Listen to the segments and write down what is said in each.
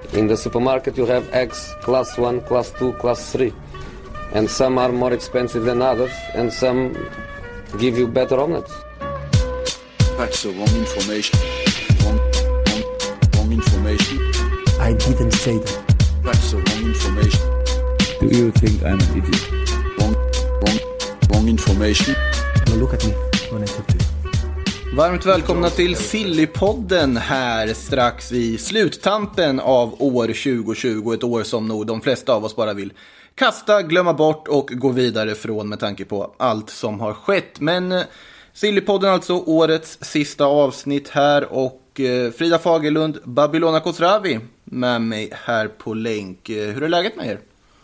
In the supermarket you have eggs class 1, class 2, class 3. And some are more expensive than others, and some give you better omelets. That's the wrong information. Wrong information. I didn't say that. That's the wrong information. Do you think I'm an idiot? Wrong information. Now look at me when I talk to you. Varmt välkomna till Sillypodden här strax vid sluttampen av år 2020. Ett år som nog de flesta av oss bara vill kasta, glömma bort och gå vidare från med tanke på allt som har skett. Men Sillypodden alltså årets sista avsnitt här och Frida Fagerlund, Babylona Khosravi med mig här på länk. Hur är läget med er?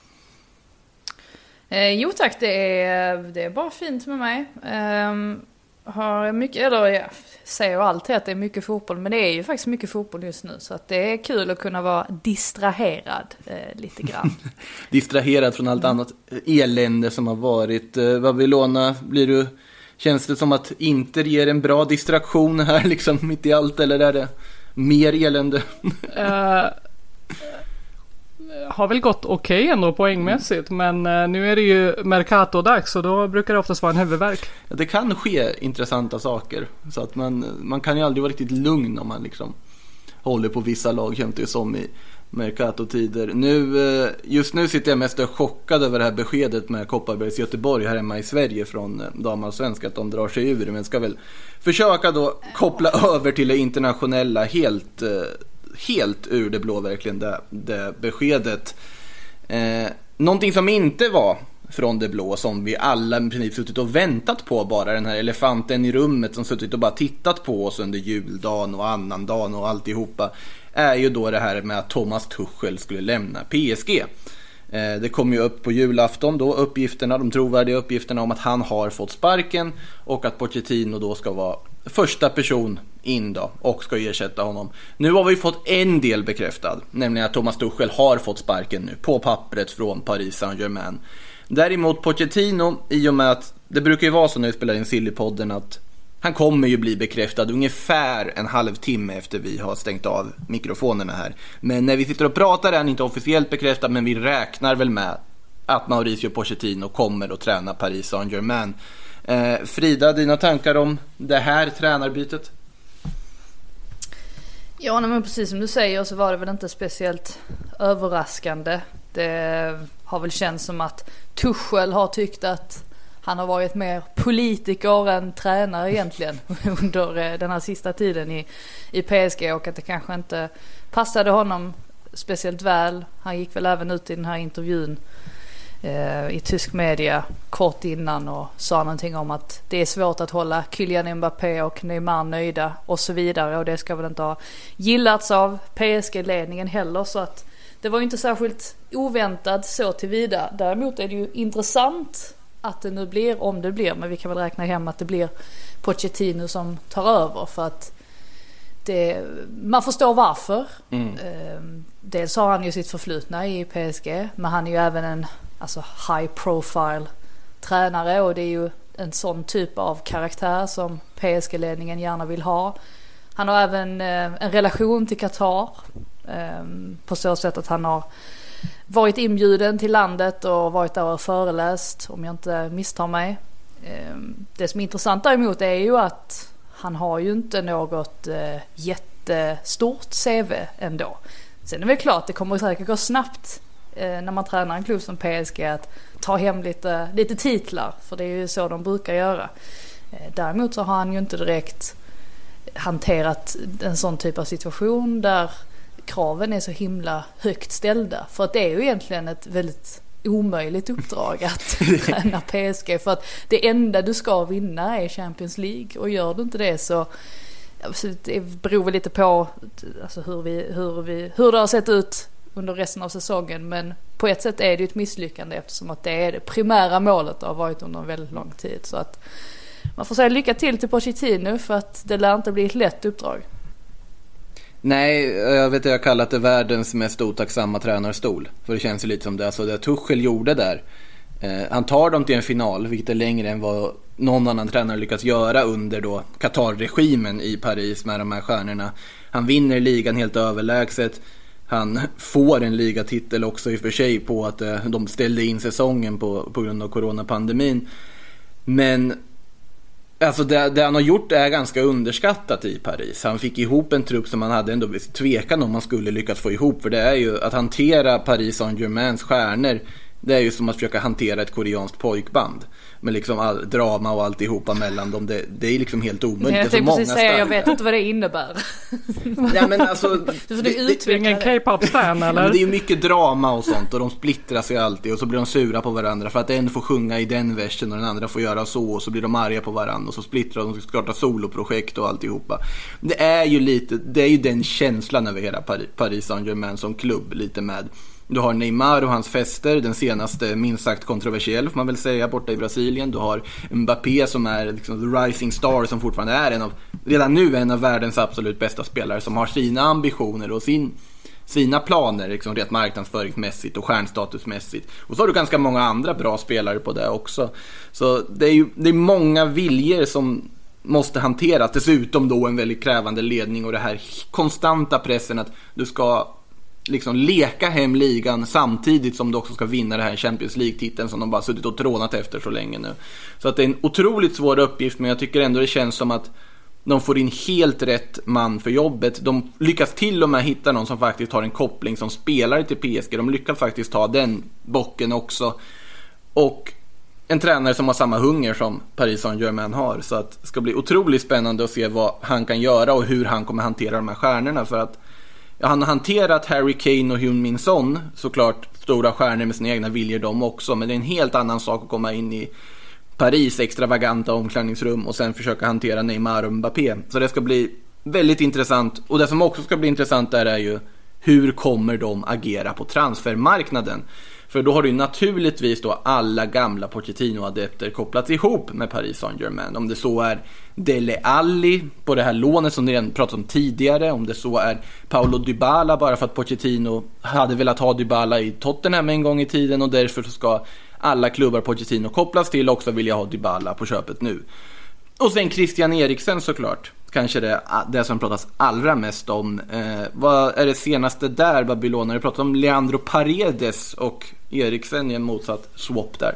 Jo tack, det är bara fint med mig. Har mycket, eller jag säger alltid att det är mycket fotboll, men det är ju faktiskt mycket fotboll just nu, så att det är kul att kunna vara distraherad lite grann. Distraherad från allt annat elände som har varit. Babylona, känns det som att Inter ger en bra distraktion här liksom mitt i allt, eller är det mer elände? Har väl gått okej ändå poängmässigt, men nu är det ju Mercato-dags och då brukar det oftast vara en huvudvärk. Ja, det kan ske intressanta saker, så att man kan ju aldrig vara riktigt lugn om man liksom håller på vissa lag, känns det som i Mercato-tider. Just nu sitter jag mest chockad över det här beskedet med Kopparbergs Göteborg här hemma i Sverige från damallsvenskan, att de drar sig ur, men ska väl försöka då koppla över till det internationella helt ur det blå, verkligen det beskedet. Någonting som inte var från det blå, som vi alla i princip suttit och väntat på, bara den här elefanten i rummet som suttit och bara tittat på oss under juldagen och annandagen och alltihopa, är ju då det här med att Thomas Tuchel skulle lämna PSG. Det kom ju upp på julafton då de trovärdiga uppgifterna om att han har fått sparken och att Pochettino då ska vara första person in då och ska ersätta honom. Nu har vi fått en del bekräftad, nämligen att Thomas Tuchel har fått sparken nu på pappret från Paris Saint-Germain. Däremot Pochettino, i och med att det brukar ju vara så när vi spelar in Sillypodden att han kommer ju bli bekräftad ungefär en halvtimme efter vi har stängt av mikrofonerna här. Men när vi sitter och pratar är han inte officiellt bekräftad, men vi räknar väl med att Mauricio Pochettino kommer att träna Paris Saint-Germain. Frida, dina tankar om det här tränarbytet? Ja, men precis som du säger så var det väl inte speciellt överraskande. Det har väl känts som att Tuchel har tyckt att han har varit mer politiker än tränare egentligen under den här sista tiden i PSG, och att det kanske inte passade honom speciellt väl. Han gick väl även ut i den här intervjun i tysk media kort innan och sa någonting om att det är svårt att hålla Kylian Mbappé och Neymar nöjda och så vidare, och det ska väl inte ha gillats av PSG-ledningen heller, så att det var ju inte särskilt oväntat så tillvida. Däremot är det ju intressant att det nu blir, om det blir, men vi kan väl räkna hem att det blir Pochettino som tar över, för att man förstår varför. Dels har han ju sitt förflutna i PSG, men han är ju även en high profile tränare, och det är ju en sån typ av karaktär som PSG-ledningen gärna vill ha. Han har även en relation till Qatar, på så sätt att han har varit inbjuden till landet och varit där och föreläst, om jag inte misstar mig. Det som är intressant däremot är ju att han har ju inte något jättestort CV ändå. Sen är det väl klart, det kommer säkert gå snabbt när man tränar en klubb som PSG att ta hem lite titlar, för det är ju så de brukar göra. Däremot så har han ju inte direkt hanterat en sån typ av situation där kraven är så himla högt ställda, för att det är ju egentligen ett väldigt omöjligt uppdrag att träna PSG, för att det enda du ska vinna är Champions League, och gör du inte det så det beror väl lite på hur det har sett ut under resten av säsongen, men på ett sätt är det ju ett misslyckande, eftersom att det är det primära målet och har varit under en väldigt lång tid, så att man får säga lycka till Pochettino, för att det lär inte bli ett lätt uppdrag. Nej, jag vet att jag har kallat det världens mest otacksamma tränarstol, för det känns ju lite som det. Alltså det Tuchel gjorde där, han tar dem till en final, vilket är längre än vad någon annan tränare lyckats göra under då Qatar-regimen i Paris med de här stjärnorna. Han vinner ligan helt överlägset. han får en ligatitel också i och för sig på att de ställde in säsongen på grund av coronapandemin. Men alltså det han har gjort är ganska underskattat i Paris. Han fick ihop en trupp som man hade ändå tvekan om man skulle lyckas få ihop. För det är ju att hantera Paris Saint-Germains stjärnor, det är ju som att försöka hantera ett koreanskt pojkband med liksom all drama och alltihopa mellan dem. Det är liksom helt omöjligt. Jag tänkte precis säga, jag vet inte vad det innebär. Ja, men alltså, det är ingen K-pop-stan eller? Det är ju mycket drama och sånt, och de splittrar sig alltid och så blir de sura på varandra för att en får sjunga i den versen och den andra får göra så, och så blir de arga på varandra och så splittrar de och startar soloprojekt och alltihopa. Det är ju den känslan över hela Paris Saint-Germain som klubb lite med. Du har Neymar och hans fester, den senaste minst sagt kontroversiell får man väl säga, borta i Brasilien. Du har Mbappé som är liksom the rising star, som fortfarande är redan nu en av världens absolut bästa spelare, som har sina ambitioner och sina planer liksom rent marknadsföringsmässigt och stjärnstatusmässigt. Och så har du ganska många andra bra spelare på det också. Så det är många viljor som måste hanteras. Dessutom då en väldigt krävande ledning och det här konstanta pressen att du ska liksom leka hem ligan samtidigt som du också ska vinna det här Champions League-titeln som de bara suttit och trånat efter så länge nu. Så att det är en otroligt svår uppgift, men jag tycker ändå det känns som att de får in helt rätt man för jobbet. De lyckas till och med hitta någon som faktiskt har en koppling som spelare till PSG. De lyckas faktiskt ta den bocken också. Och en tränare som har samma hunger som Paris Saint-Germain har. Så att det ska bli otroligt spännande att se vad han kan göra och hur han kommer hantera de här stjärnorna. För att han har hanterat Harry Kane och Heung-min Son, såklart stora stjärnor med sina egna viljor de också, men det är en helt annan sak att komma in i Paris extravaganta omklädningsrum och sen försöka hantera Neymar och Mbappé. Så det ska bli väldigt intressant, och det som också ska bli intressant där är ju hur kommer de agera på transfermarknaden. För då har du naturligtvis då alla gamla Pochettino-adepter kopplats ihop med Paris Saint-Germain. Om det så är Dele Alli på det här lånet som ni redan pratat om tidigare. Om det så är Paulo Dybala, bara för att Pochettino hade velat ha Dybala i Tottenham en gång i tiden. Och därför så ska alla klubbar Pochettino kopplas till också vilja ha Dybala på köpet nu. Och sen Christian Eriksen såklart. Kanske det som pratas allra mest om. Vad är det senaste där, Babylon? Har du pratat om Leandro Paredes och Eriksen i en motsatt swap där?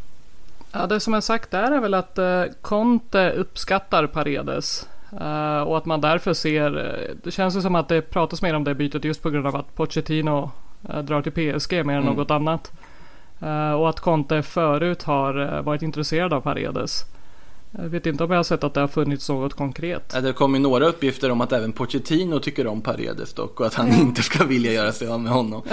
Ja, det som är sagt där är väl att Conte uppskattar Paredes. Och att man därför ser, det känns ju som att det pratas mer om det bytet just på grund av att Pochettino drar till PSG mer än något annat. Och att Conte förut har varit intresserad av Paredes. Jag vet inte om jag har sett att det har funnits något konkret. Det kommer några uppgifter om att även Pochettino tycker om Paredes dock, och att han inte ska vilja göra sig av med honom.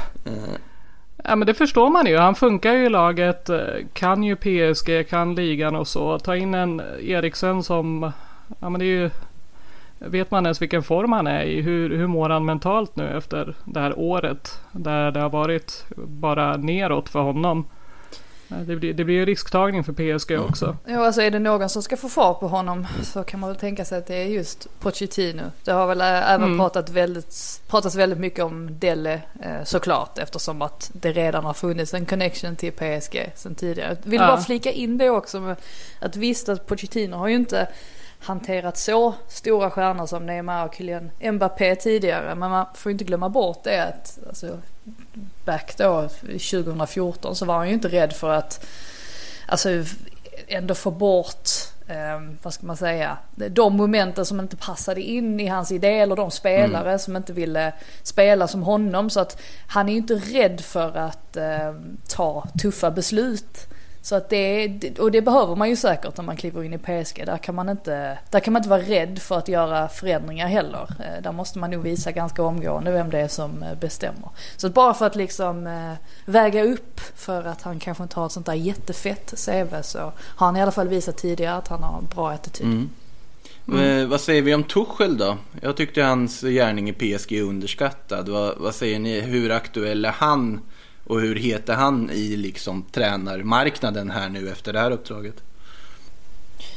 Ja, men det förstår man ju. Han funkar ju i laget, kan ju PSG, kan ligan och så. Ta in en Eriksen som, ja men det är ju, vet man ens vilken form han är i? Hur mår han mentalt nu efter det här året där det har varit bara neråt för honom? Det blir ju risktagning för PSG också. Ja, alltså är det någon som ska få fart på honom så kan man väl tänka sig att det är just Pochettino. Det har väl även pratats väldigt mycket om Dele såklart, eftersom att det redan har funnits en connection till PSG sedan tidigare. Vill bara flika in det också med att visst att Pochettino har ju inte hanterat så stora stjärnor som Neymar och Kylian Mbappé tidigare, men man får inte glömma bort det att alltså, back då 2014 så var han ju inte rädd för att alltså ändå få bort vad ska man säga, de momenten som inte passade in i hans idé eller de spelare som inte ville spela som honom, så att han är ju inte rädd för att ta tuffa beslut. Så att det behöver man ju säkert när man kliver in i PSG. Där kan man inte vara rädd för att göra förändringar heller. Där måste man nog visa ganska omgående vem det är som bestämmer. Så att bara för att liksom väga upp för att han kanske inte har ett sånt där jättefett CV, så har han i alla fall visat tidigare att han har en bra attityd. Vad säger vi om Tuchel då? Jag tyckte hans gärning i PSG är underskattad. Vad säger ni? Hur aktuell är han? Och hur heter han i liksom tränarmarknaden här nu efter det här uppdraget?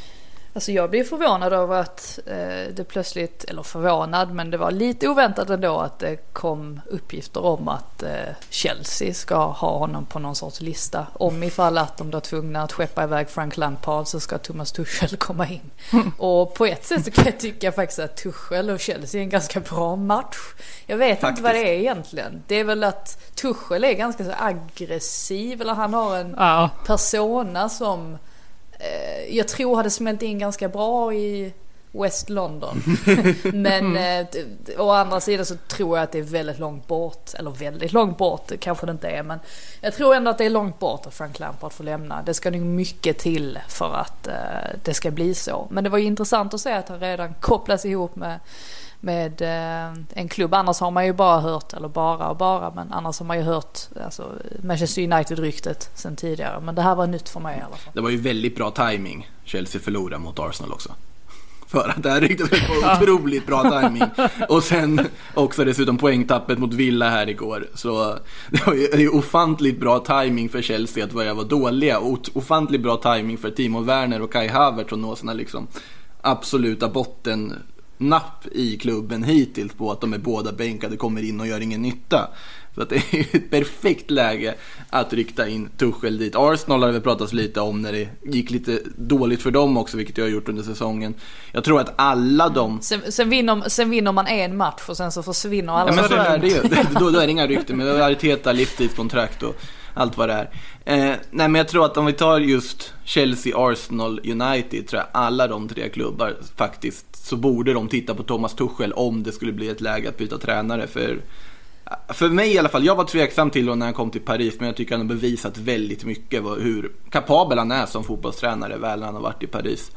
Alltså jag blev förvånad över att det plötsligt, eller förvånad, men det var lite oväntat ändå att det kom uppgifter om att Chelsea ska ha honom på någon sorts lista. Om ifall att de då tvungna att skeppa iväg Frank Lampard så ska Thomas Tuchel komma in. Och på ett sätt så kan jag tycka faktiskt att Tuchel och Chelsea är en ganska bra match. Jag vet inte vad det är egentligen. Det är väl att Tuchel är ganska så aggressiv, eller han har en persona som jag tror hade smält in ganska bra i West London. Men å andra sidan så tror jag att det är väldigt långt bort. Eller väldigt långt bort, kanske det inte är. Men jag tror ändå att det är långt bort att Frank Lampard får lämna. Det ska nog mycket till för att det ska bli så. Men det var ju intressant att se att han redan kopplas ihop med en klubb. Annars har man ju bara hört, eller bara, men annars har man ju hört alltså, Manchester United-ryktet sen tidigare. Men det här var nytt för mig i alla fall. Det var ju väldigt bra timing. Chelsea förlorade mot Arsenal också. För att det här ryktet var otroligt bra timing. Och sen också dessutom poängtappet mot Villa här igår. Så det är ju ofantligt bra timing för Chelsea att börja vara dåliga. Och ofantligt bra timing för Timo Werner och Kai Havertz att nå sina liksom absoluta bottennapp i klubben hittills på att de är båda bänkade, kommer in och gör ingen nytta. Så att det är ett perfekt läge att rykta in Tuchel dit. Arsenal har vi pratat lite om när det gick lite dåligt för dem också, vilket jag har gjort under säsongen. Jag tror att alla de... Sen vinner man en match och sen så försvinner alla. Ja, men så är det ju. Då är det inga rykten, men det är Arteta, livstidskontrakt och allt vad det är. Nej, men jag tror att om vi tar just Chelsea, Arsenal, United, tror jag alla de tre klubbar faktiskt, så borde de titta på Thomas Tuchel om det skulle bli ett läge att byta tränare. För mig i alla fall, jag var tveksam till honom när han kom till Paris, men jag tycker han har bevisat väldigt mycket hur kapabel han är som fotbollstränare väl när han har varit i Paris.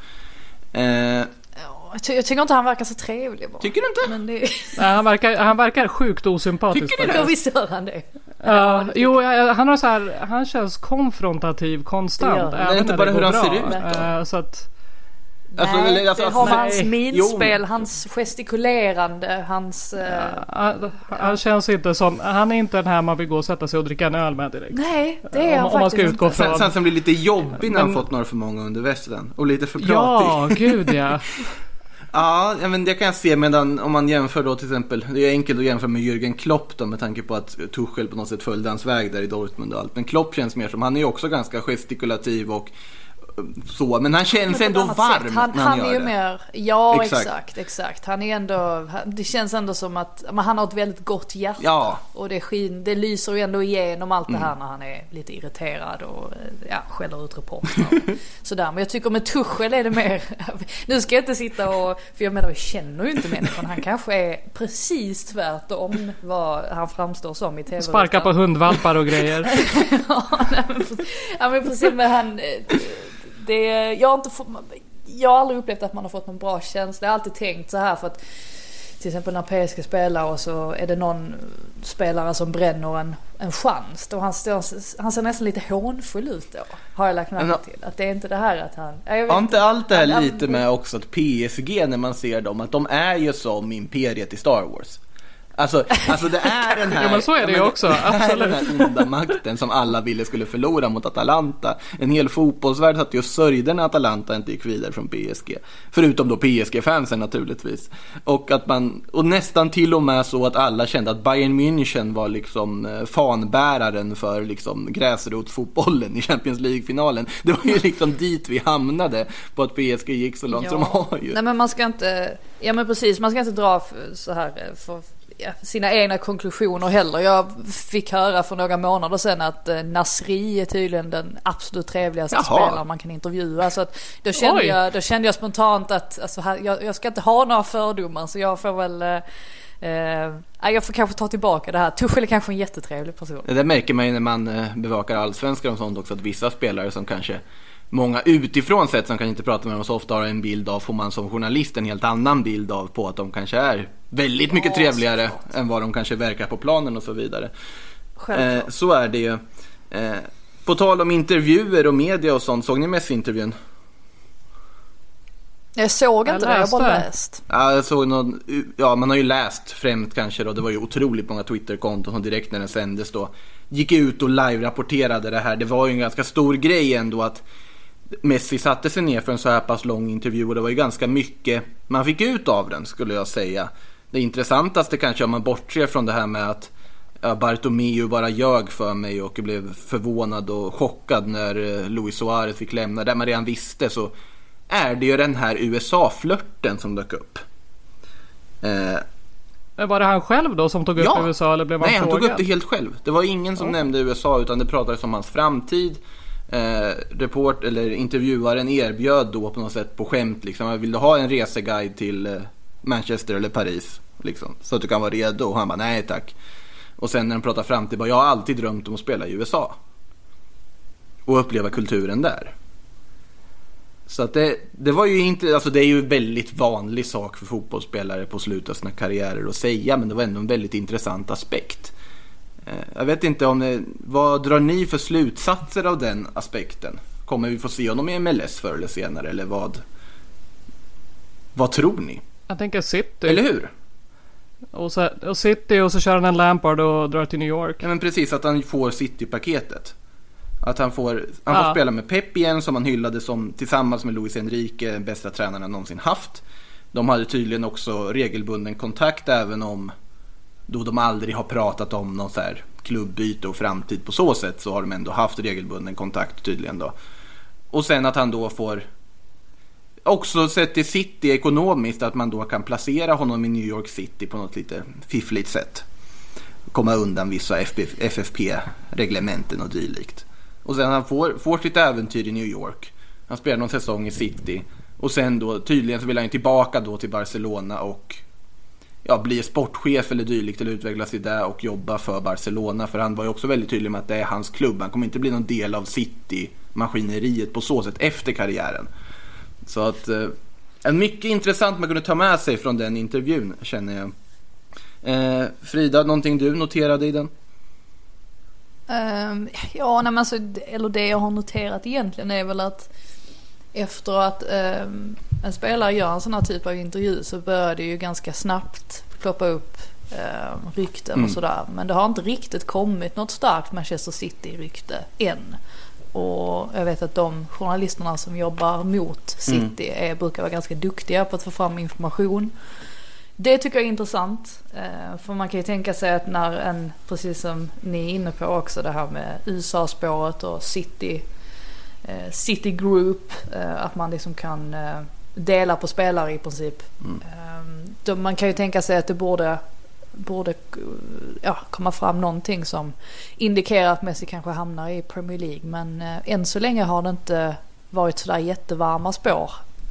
Jag tycker inte han verkar så trevlig bara. Tycker du inte? Men det... Nej, han verkar sjukt osympatisk. Tycker du det? Då visst gör han det. Jo, han har så här, han känns konfrontativ konstant. Det är inte bara hur han ser ut. Så att... Nej, det har hans minspel, hans gestikulerande, hans... Han känns inte som... Han är inte den här man vill gå och sätta sig och dricka en öl med direkt. Nej, det är han om man ska utgå från. Sen blir lite jobbig när han fått några för många under västen. Och lite för pratig. Ja, gud ja. Ja, men det kan jag se, medan om man jämför då till exempel, det är enkelt att jämföra med Jürgen Klopp då, med tanke på att Tuchel på något sätt följde hans väg där i Dortmund och allt. Men Klopp känns mer som, han är ju också ganska gestikulativ och så, men han känns ändå varm när han gör är ju det. Mer, ja, exakt. Han är ändå, det känns ändå som att han har ett väldigt gott hjärta. Ja. Och det lyser ju ändå igenom allt det här när han är lite irriterad och skäller ut reporter sådär. Men jag tycker med Tuchel är det mer, nu ska jag inte sitta och, för jag menar, vi känner ju inte människan. Han kanske är precis tvärtom vad han framstår som i tv. Sparka på hundvalpar och grejer. men precis, med han jag har aldrig upplevt att man har fått någon bra känsla. Jag har alltid tänkt så här, för att till exempel när PSG spelar och så är det någon spelare som bränner en chans, då han ser nästan lite hånfull ut då, har jag lagt märke till. Att det är inte det här att han... Har inte allt det här lite med också att PSG, när man ser dem, att de är ju som imperiet i Star Wars. Alltså det är den här... Ja, men så är det ju också, absolut. Den här onda makten som alla ville skulle förlora mot Atalanta. En hel fotbollsvärld satt ju och sörjde när Atalanta inte gick vidare från PSG. Förutom då PSG-fansen naturligtvis. Och nästan till och med så att alla kände att Bayern München var liksom fanbäraren för liksom gräsrotsfotbollen i Champions League-finalen. Det var ju liksom dit vi hamnade, på att PSG gick så långt som de har ju. Nej, men man ska inte... Ja, men precis, man ska inte dra så här för sina egna konklusioner heller. Jag fick höra för några månader sedan att Nasri är tydligen den absolut trevligaste spelaren man kan intervjua. Så att då kände jag spontant att alltså, jag ska inte ha några fördomar, så jag får väl jag får kanske ta tillbaka det här. Tuchel är kanske en jättetrevlig person. Det märker man ju när man bevakar allsvenskar och sånt också, att vissa spelare som kanske många utifrån sett som kan inte prata med dem så ofta har en bild av, får man som journalist en helt annan bild av, på att de kanske är väldigt mycket trevligare än vad de kanske verkar på planen och så vidare. Så är det ju. På tal om intervjuer och media och sånt, såg ni Messi-intervjun? Jag såg inte det, jag har bara läst. Ja, jag såg man har ju läst främst kanske då. Det var ju otroligt många Twitter-konton som direkt när den sändes då gick ut och live-rapporterade det här. Det var ju en ganska stor grej ändå att Messi satte sig ner för en så här pass lång intervju, och det var ju ganska mycket man fick ut av den, skulle jag säga. Det intressantaste kanske, om man bortser från det här med att Bartomeu bara ljög för mig och blev förvånad och chockad när Luis Suarez fick lämna, där man redan visste, så är det ju den här USA-flörten som dök upp. Var det han själv då som tog upp USA, eller blev han frågad? Nej, han tog upp det helt själv. Det var ingen som nämnde USA, utan det pratades om hans framtid. Intervjuaren erbjöd då på något sätt på skämt liksom, vill du ha en reseguide till Manchester eller Paris liksom, så att du kan vara redo? Och han bara, nej tack. Och sen när de pratar framtid, bara, jag har alltid drömt om att spela i USA och uppleva kulturen där. Så att det var ju inte, alltså det är ju en väldigt vanlig sak för fotbollsspelare på slutet av sina karriärer att säga, men det var ändå en väldigt intressant aspekt. Jag vet inte vad drar ni för slutsatser av den aspekten? Kommer vi få se honom i MLS förr eller senare, eller vad tror ni? Jag tänker City. Eller hur? Och City, och så kör han en Lampard och drar till New York. Ja, men precis, att han får City-paketet. Att han får spela med Pep igen, som han hyllade som, tillsammans med Luis Enrique, bästa tränaren någonsin haft. De hade tydligen också regelbunden kontakt, även om då de aldrig har pratat om någon så här klubbyte och framtid på så sätt, så har de ändå haft regelbunden kontakt tydligen då. Och sen att han då får också sett till City ekonomiskt, att man då kan placera honom i New York City på något lite fiffligt sätt, komma undan vissa FFP-reglementen och dylikt. Och sen han får sitt äventyr i New York. Han spelar någon säsong i City, och sen då tydligen så vill han tillbaka då till Barcelona och bli sportchef eller dylikt, eller utvecklas i det och jobba för Barcelona, för han var ju också väldigt tydlig med att det är hans klubb. Han kommer inte bli någon del av City-maskineriet på så sätt efter karriären. Så att en mycket intressant man kunde ta med sig från den intervjun, känner jag. Frida, någonting du noterade i den? Eller det jag har noterat egentligen är väl att efter att en spelare gör en sån här typ av intervju, så börjar det ju ganska snabbt ploppa upp rykten och sådär. Men det har inte riktigt kommit något starkt Manchester City-rykte än. Och jag vet att de journalisterna som jobbar mot City brukar vara ganska duktiga på att få fram information. Det tycker jag är intressant, för man kan ju tänka sig att när precis som ni är inne på också, det här med USA-spåret och City Group, att man liksom kan dela på spelare i princip. Man kan ju tänka sig att det borde komma fram någonting som indikerar att Messi kanske hamnar i Premier League, men än så länge har det inte varit sådär jättevarma spår,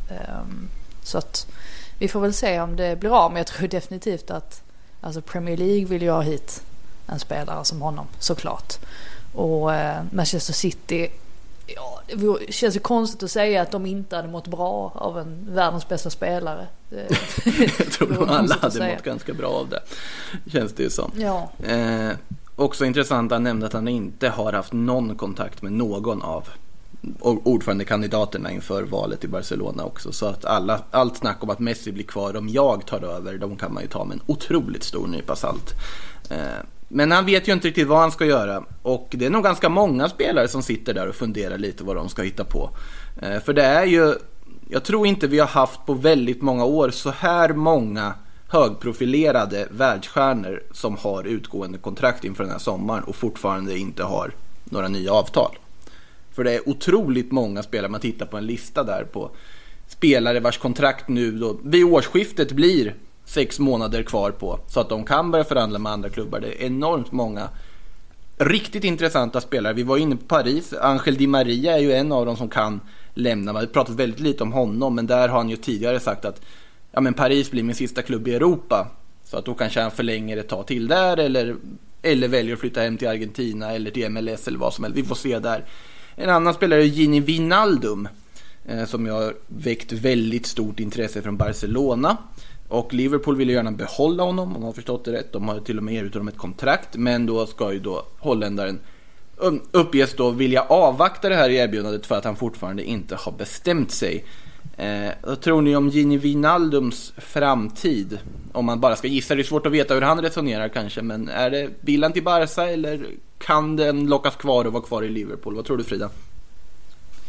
så att vi får väl se om det blir av. Men jag tror definitivt att Premier League vill ju ha hit en spelare som honom, såklart. Och Manchester City, det känns ju konstigt att säga att de inte hade mått bra av en världens bästa spelare. Jag tror alla hade mått ganska bra av det, känns det ju som. Ja. Också intressant, han nämnde att han inte har haft någon kontakt med någon av ordförandekandidaterna inför valet i Barcelona också. Så att allt snack om att Messi blir kvar om jag tar över, de kan man ju ta med en otroligt stor nypa salt. Men han vet ju inte riktigt vad han ska göra, och det är nog ganska många spelare som sitter där och funderar lite vad de ska hitta på. För det är ju, jag tror inte vi har haft på väldigt många år så här många högprofilerade världsstjärnor som har utgående kontrakt inför den här sommaren och fortfarande inte har några nya avtal. För det är otroligt många spelare, man tittar på en lista där på spelare vars kontrakt nu då vid årsskiftet blir 6 månader kvar på, så att de kan börja förhandla med andra klubbar. Det är enormt många riktigt intressanta spelare. Vi var inne på Paris, Angel Di Maria är ju en av dem som kan lämna. Man har pratat väldigt lite om honom, men där har han ju tidigare sagt att Paris blir min sista klubb i Europa, så att då kanske han förlänger ett tag till där, eller väljer att flytta hem till Argentina eller till MLS eller vad som helst. Vi får se där. En annan spelare är Gini Wijnaldum, som jag har väckt väldigt stort intresse från Barcelona, och Liverpool vill ju gärna behålla honom, om jag har förstått det rätt. De har till och med erbjudit honom ett kontrakt, men då ska ju då holländaren uppges då vilja avvakta det här erbjudandet för att han fortfarande inte har bestämt sig. Vad tror ni om Gini Wijnaldums framtid? Om man bara ska gissa, det är svårt att veta hur han resonerar kanske, men vill han till Barca, eller kan den lockas kvar och vara kvar i Liverpool? Vad tror du, Frida?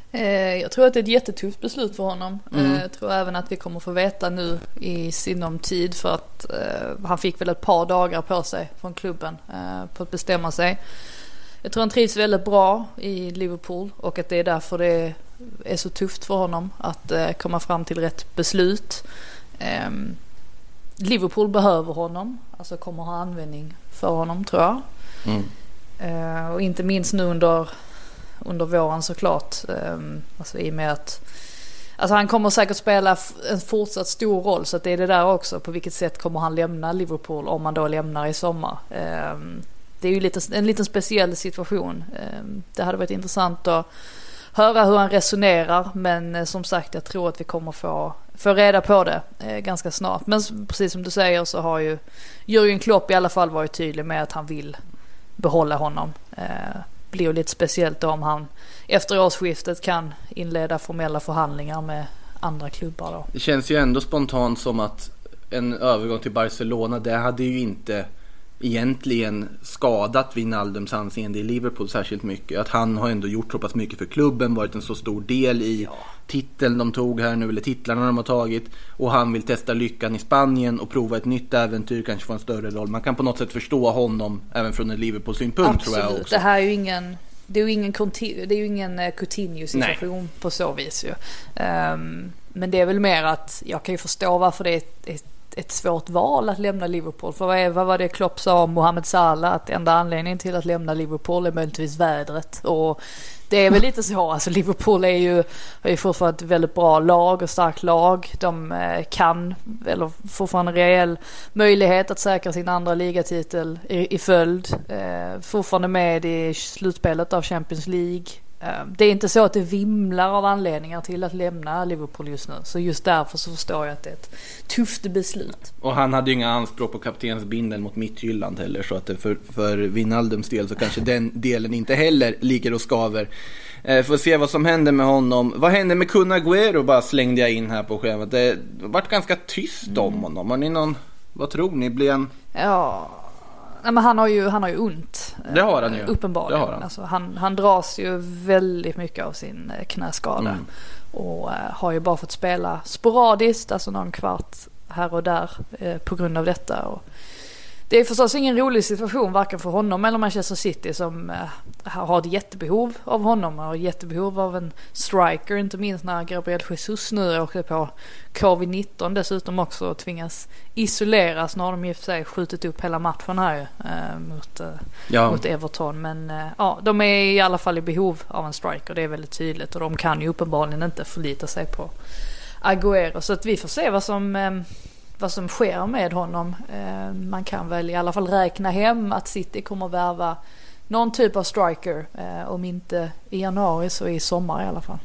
Jag tror att det är ett jättetufft beslut för honom. Jag tror även att vi kommer få veta nu i sinom tid, för att han fick väl ett par dagar på sig från klubben på att bestämma sig. Jag tror han trivs väldigt bra i Liverpool och att det är därför det är så tufft för honom att komma fram till rätt beslut. Liverpool behöver honom, alltså kommer ha användning för honom, tror jag. Och inte minst nu under våren såklart. Alltså i och med att han kommer säkert spela en fortsatt stor roll, så att det är det där också. På vilket sätt kommer han lämna Liverpool om han då lämnar i sommar? Det är ju en liten speciell situation. Det hade varit intressant att höra hur han resonerar, men som sagt, jag tror att vi kommer få reda på det ganska snart. Men precis som du säger så har ju Jürgen Klopp i alla fall varit tydlig med att han vill behålla honom. Blir lite speciellt om han efter årsskiftet kan inleda formella förhandlingar med andra klubbar då. Det känns ju ändå spontant som att en övergång till Barcelona, det hade ju inte egentligen skadat Wijnaldums anseende i Liverpool särskilt mycket. Att han har ändå gjort så pass mycket för klubben, varit en så stor del i titeln de tog här nu, eller titlarna de har tagit, och han vill testa lyckan i Spanien och prova ett nytt äventyr, kanske få en större roll. Man kan på något sätt förstå honom även från en Liverpool-synpunkt. Absolut. Tror jag också. Det här är ju ingen Coutinho-situation på så vis ju. Men det är väl mer att jag kan ju förstå varför det är ett svårt val att lämna Liverpool. För vad var det Klopp sa om Mohamed Salah? Att enda anledningen till att lämna Liverpool är möjligtvis vädret. Och det är väl lite så. Alltså Liverpool har ju fortfarande ett väldigt bra lag och starkt lag. De kan, eller fortfarande en reell möjlighet att säkra sin andra ligatitel i följd. Fortfarande med i slutspelet av Champions League. Det är inte så att det vimlar av anledningar till att lämna Liverpool just nu. Så just därför så förstår jag att det är ett tufft beslut. Och han hade ju inga anspråk på kaptensbindeln mot Midtjylland heller. Så att det för Wijnaldums del så kanske den delen inte heller ligger och skaver. Får se vad som händer med honom. Vad händer med Kun Agüero? Bara slängde jag in här på schemat. Det har varit ganska tyst om honom. Har ni någon, vad tror ni? Blir en... Ja... Nej, men han har ju ont. Det har han ju. Uppenbarligen. Det har han. Alltså, han dras ju väldigt mycket av sin knäskada. Och har ju bara fått spela sporadiskt, alltså någon kvart här och där på grund av detta. Och det är förstås ingen rolig situation varken för honom eller Manchester City, som har ett jättebehov av honom och har ett jättebehov av en striker, inte minst när Gabriel Jesus nu åker på COVID-19 dessutom också tvingas isoleras. Nu har de i och för sig skjutit upp hela matchen här mot Everton, men de är i alla fall i behov av en striker, det är väldigt tydligt, och de kan ju uppenbarligen inte förlita sig på Agüero, så att vi får se vad som sker med honom. Man kan väl i alla fall räkna hem att City kommer värva någon typ av striker, om inte i januari så i sommar i alla fall.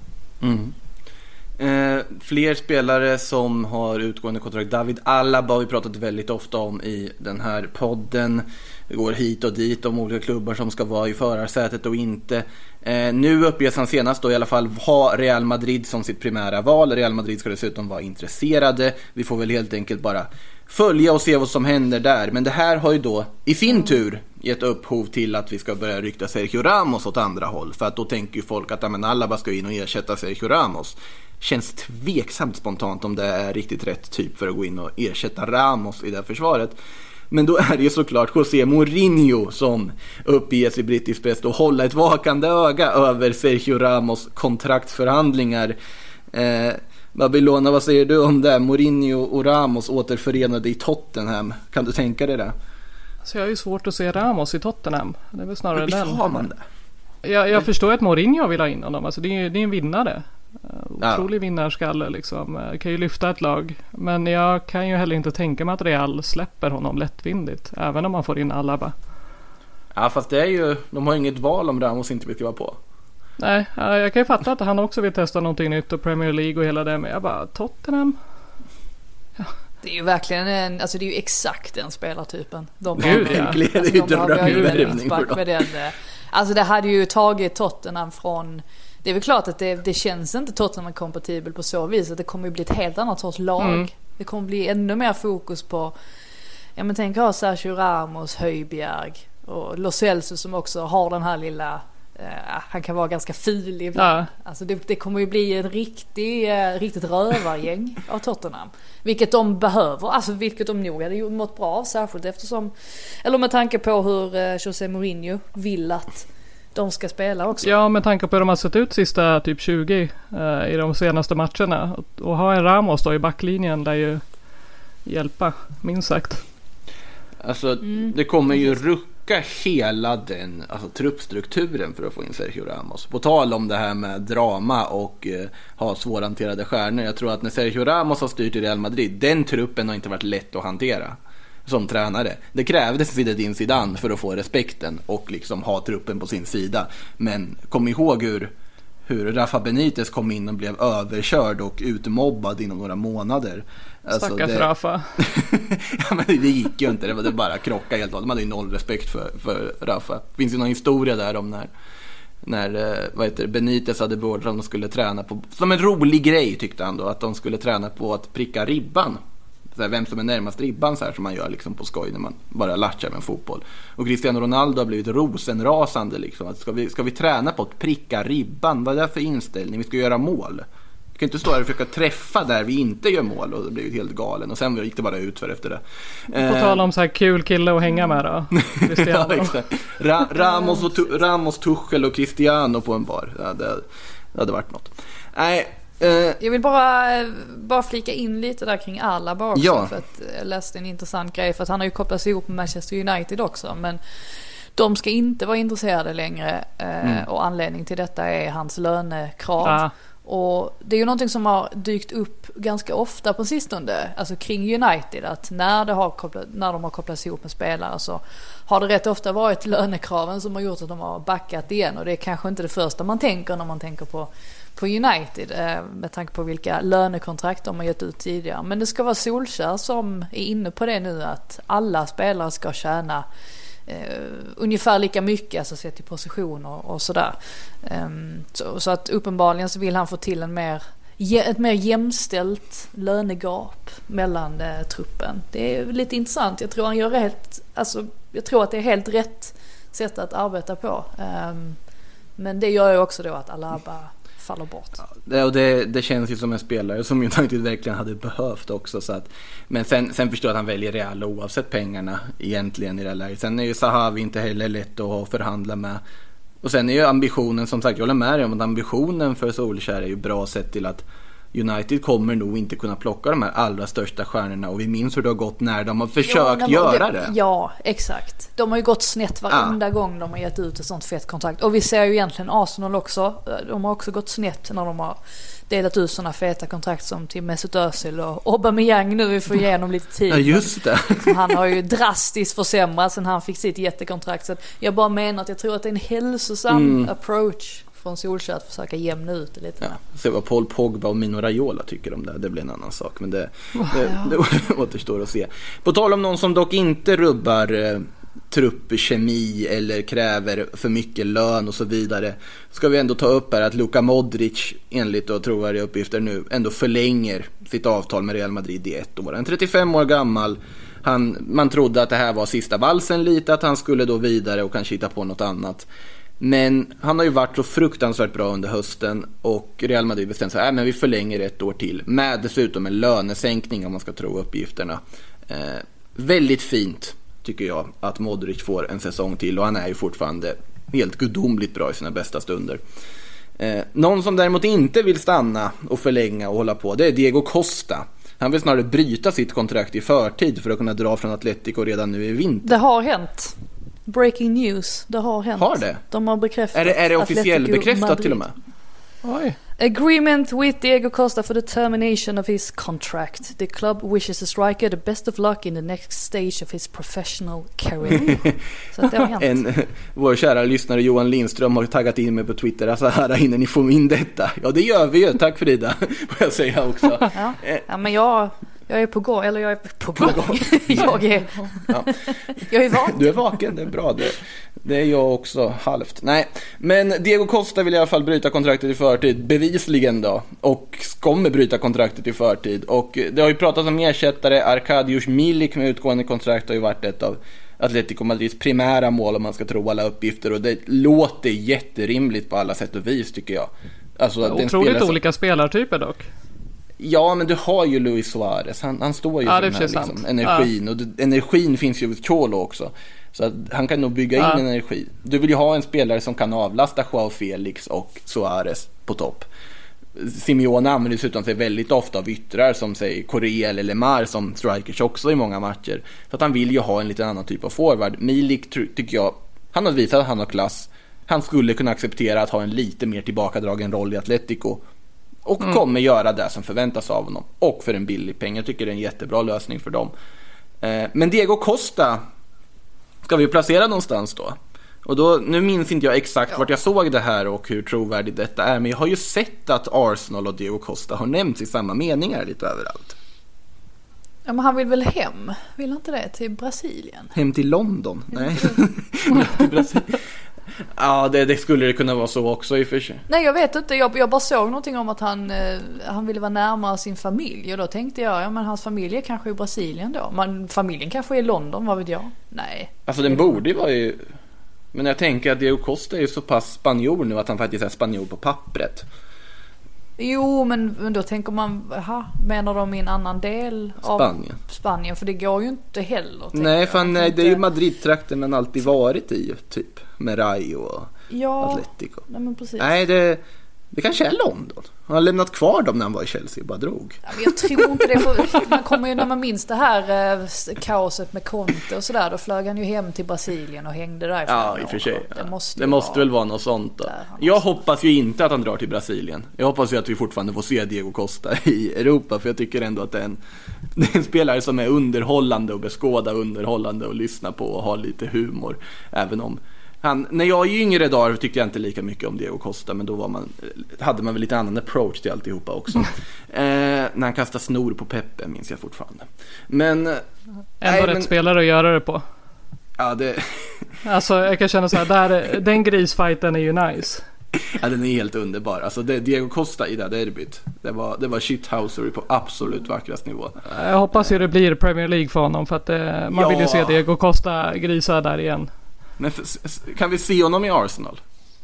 Fler spelare som har utgående kontrakt. David Alaba har vi pratat väldigt ofta om i den här podden. Det går hit och dit om olika klubbar som ska vara i förarsätet och inte. Nu uppges han senast då i alla fall ha Real Madrid som sitt primära val. Real Madrid ska dessutom vara intresserade. Vi får väl helt enkelt bara följa och se vad som händer där. Men det här har ju då i sin tur gett upphov till att vi ska börja rykta Sergio Ramos åt andra håll. För att då tänker ju folk att Alaba ska in och ersätta Sergio Ramos. Känns tveksamt spontant om det är riktigt rätt typ för att gå in och ersätta Ramos i det här försvaret. Men då är det ju såklart José Mourinho som uppges i brittisk press och hålla ett vakande öga över Sergio Ramos kontraktsförhandlingar. Babylona, vad säger du om det? Mourinho och Ramos återförenade i Tottenham. Kan du tänka dig det? Så jag har ju svårt att se Ramos i Tottenham. Det är väl snarare den. Har man det? Jag förstår att Mourinho vill ha in honom. Alltså det är en vinnare. Otrolig vinnarskalle liksom. Kan ju lyfta ett lag. Men jag kan ju heller inte tänka mig att Real släpper honom lättvindigt. Även om man får in Alaba. Ja, fast det är ju, de har inget val om Ramos inte vill skriva på. Nej, jag kan ju fatta att han också vill testa någonting nytt och Premier League och hela det. Men jag bara, Tottenham? Ja. Det är ju verkligen alltså det är ju exakt den spelartypen. Alltså det hade ju tagit Tottenham från... Det är väl klart att det känns inte Tottenham kompatibel på så vis att det kommer ju bli ett helt annat sorts lag. Det kommer bli ännu mer fokus på, tänk ha Sergio Ramos, Højbjerg och Lo Celso som också har den här lilla han kan vara ganska ful ibland. Ja. Alltså det kommer ju bli ett riktigt rövargäng av Tottenham. Vilket de behöver, alltså vilket de nog hade mått bra av, särskilt eftersom, eller med tanke på hur José Mourinho vill att de ska spela också. Ja, med tanke på hur de har sett ut sista typ 20 i de senaste matcherna. Och ha en Ramos då i backlinjen där ju hjälpa, minst sagt. Alltså det kommer ju rucka hela den truppstrukturen för att få in Sergio Ramos. På tal om det här med drama och ha svårhanterade stjärnor. Jag tror att när Sergio Ramos har styrt i Real Madrid, den truppen har inte varit lätt att hantera som tränare. Det krävdes Zinedine Zidane för att få respekten och liksom ha truppen på sin sida. Men kom ihåg hur Rafa Benitez kom in och blev överkörd och utmobbad inom några månader. Stackars Rafa. Ja, men det gick ju inte. Det var bara krocka helt. De hade ju noll respekt för Rafa. Det finns ju någon historia där om när Benitez hade beordrat att de skulle träna på, som en rolig grej tyckte han då, att de skulle träna på att pricka ribban. Så här, vem som är närmast ribban, så här som man gör liksom på skoj när man bara latchar med en fotboll. Och Cristiano Ronaldo har blivit rosenrasande liksom, att ska vi träna på att pricka ribban? Vad är det för inställning? Vi ska göra mål. Vi kan inte stå här och försöka träffa där vi inte gör mål, och det blev helt galen. Och sen gick det bara ut för efter det. På tal om så här kul kille att hänga med då. Ja, exakt. Ramos, Tuchel och Cristiano på en bar. Ja, det hade varit något. Nej. Jag vill bara flika in lite där kring Alaba också, ja. För att jag läste en intressant grej, för att han har ju kopplats ihop med Manchester United också, men de ska inte vara intresserade längre och anledning till detta är hans lönekrav. Ja. Och det är ju någonting som har dykt upp ganska ofta på sistone, alltså kring United, att när de har kopplats ihop med spelare så har det rätt ofta varit lönekraven som har gjort att de har backat igen, och det är kanske inte det första man tänker när man tänker på United med tanke på vilka lönekontrakt de har gett ut tidigare. Men det ska vara Solskjaer som är inne på det nu, att alla spelare ska tjäna ungefär lika mycket, alltså sett till positioner och sådär. Så att uppenbarligen så vill han få till ett mer jämställt lönegap mellan truppen. Det är lite intressant. Jag tror han gör jag tror att det är helt rätt sätt att arbeta på. Men det gör ju också då att Alaba faller bort. Ja, och det känns ju som en spelare som United verkligen hade behövt också, så att, men sen förstår jag att han väljer Real oavsett pengarna egentligen i det här läget. Sen är ju Zahavi inte heller lätt att förhandla med, och sen är ju ambitionen, som sagt, jag håller med dig om att ambitionen för Solskjaer är ju bra sett till att United kommer nog inte kunna plocka de här allra största stjärnorna, och vi minns hur det har gått när de har försökt göra det. Ja, exakt. De har ju gått snett varenda gång de har gett ut ett sånt fett kontrakt. Och vi ser ju egentligen Arsenal också. De har också gått snett när de har delat ut såna feta kontrakt som till Mesut Özil och Aubameyang nu. Vi får igenom lite tid. Ja, just det. Han har ju drastiskt försämrats sen han fick sitt jättekontrakt. Så jag bara menar att jag tror att det är en hälsosam approach från Solskjaer att försöka jämna ut det lite. Ja, se vad Paul Pogba och Mino Raiola tycker om det. Det blir en annan sak, men det återstår att se. På tal om någon som dock inte rubbar truppkemi eller kräver för mycket lön och så vidare, ska vi ändå ta upp här att Luka Modric, enligt då trovärdiga uppgifter nu, ändå förlänger sitt avtal med Real Madrid i 1 år. Han är 35 år gammal. Man trodde att det här var sista valsen lite, att han skulle då vidare och kanske hitta på något annat. Men han har ju varit så fruktansvärt bra under hösten, och Real Madrid bestämde sig men vi förlänger 1 år till, med dessutom en lönesänkning om man ska tro uppgifterna. Väldigt fint tycker jag att Modric får en säsong till, och han är ju fortfarande helt gudomligt bra i sina bästa stunder. Någon som däremot inte vill stanna och förlänga och hålla på, det är Diego Costa. Han vill snarare bryta sitt kontrakt i förtid för att kunna dra från Atletico redan nu i vinter. Det har hänt. Breaking news, det har hänt. Har det? De har bekräftat. Är det officiellt bekräftat Madrid till och med? Oj. Agreement with Diego Costa for the termination of his contract. The club wishes the striker the best of luck in the next stage of his professional career. Så att det har hänt. Vår kära lyssnare Johan Lindström har taggat in mig på Twitter. Alltså här innan ni får in detta. Ja, det gör vi ju. Tack Frida, får jag säga också. Ja, men jag är på gång. Eller jag är på gång. Jag är vaken. Du är vaken, det är bra det. Det är jag också halvt. Nej, men Diego Costa vill i alla fall bryta kontraktet i förtid, bevisligen då, och kommer bryta kontraktet i förtid. Och det har ju pratats om ersättare. Arkadiusz Milik med utgående kontrakt har ju varit ett av Atletico Madrids primära mål om man ska tro alla uppgifter, och det låter jätterimligt på alla sätt och vis tycker jag. Alltså, otroligt olika spelartyper dock. Ja, men du har ju Luis Suarez. Han står ju för den här liksom, energin. Och energin finns ju hos Cholo också. Så att han kan nog bygga in energi. Du vill ju ha en spelare som kan avlasta Joao Felix och Suarez på topp. Simeone använder dessutom sig väldigt ofta av yttrar som säger Correa eller Lemar som strikers också i många matcher. Så att han vill ju ha en lite annan typ av forward. Milik tycker jag, han har visat att han har klass. Han skulle kunna acceptera att ha en lite mer tillbakadragen roll i Atletico. Och kommer göra det som förväntas av honom. Och för en billig peng. Jag tycker det är en jättebra lösning för dem. Men Diego Costa ska vi placera någonstans då. Och då, nu minns inte jag exakt vart jag såg det här och hur trovärdigt detta är. Men jag har ju sett att Arsenal och Diego Costa har nämnts i samma meningar lite överallt. Ja, men han vill väl hem? Vill han inte det? Till Brasilien? Hem till London? Nej. Till Brasilien. Ja, det skulle det kunna vara så också i och för sig. Nej, jag vet inte. Jag bara såg någonting om att han ville vara närmare sin familj. Och då tänkte jag, ja men hans familj är kanske i Brasilien då. Men familjen kanske är i London, vad vet jag? Nej. Alltså den borde ju vara ju... Men jag tänker att Diego Costa är ju så pass spanjor nu att han faktiskt är spanjor på pappret. Jo, men då tänker man, menar de i en annan del av Spanien? För det går ju inte heller. Nej, fan, nej, det är ju Madrid-trakten man alltid varit i, typ. Med Rayo och Atletico. Nej, men precis. Nej, det kanske är London. Han har lämnat kvar dem när han var i Chelsea och bara drog. Ja, men jag tror inte det. För man kommer ju, när man minns det här kaoset med Conte och sådär, då flög han ju hem till Brasilien och hängde där. Ja, i och för sig. Det måste väl vara något sånt då. Jag hoppas ju inte att han drar till Brasilien. Jag hoppas ju att vi fortfarande får se Diego Costa i Europa. För jag tycker ändå att det är en spelare som är underhållande och beskåda, underhållande och lyssna på och ha lite humor. Även om när jag är yngre dagar tyckte jag inte lika mycket om Diego Costa, men då hade man väl lite annan approach till alltihopa också. När han kastade snor på Pepe minns jag fortfarande. Men ändå rätt spelare att göra det på. Ja, alltså jag kan känna så här, den grisfighten är ju nice. Ja, den är helt underbar. Alltså Diego Costa i det derbyt, det var shithousery på absolut vackrast nivå. Jag hoppas ju det blir Premier League för honom, för att man vill ju se Diego Costa grisa där igen. Men kan vi se honom i Arsenal?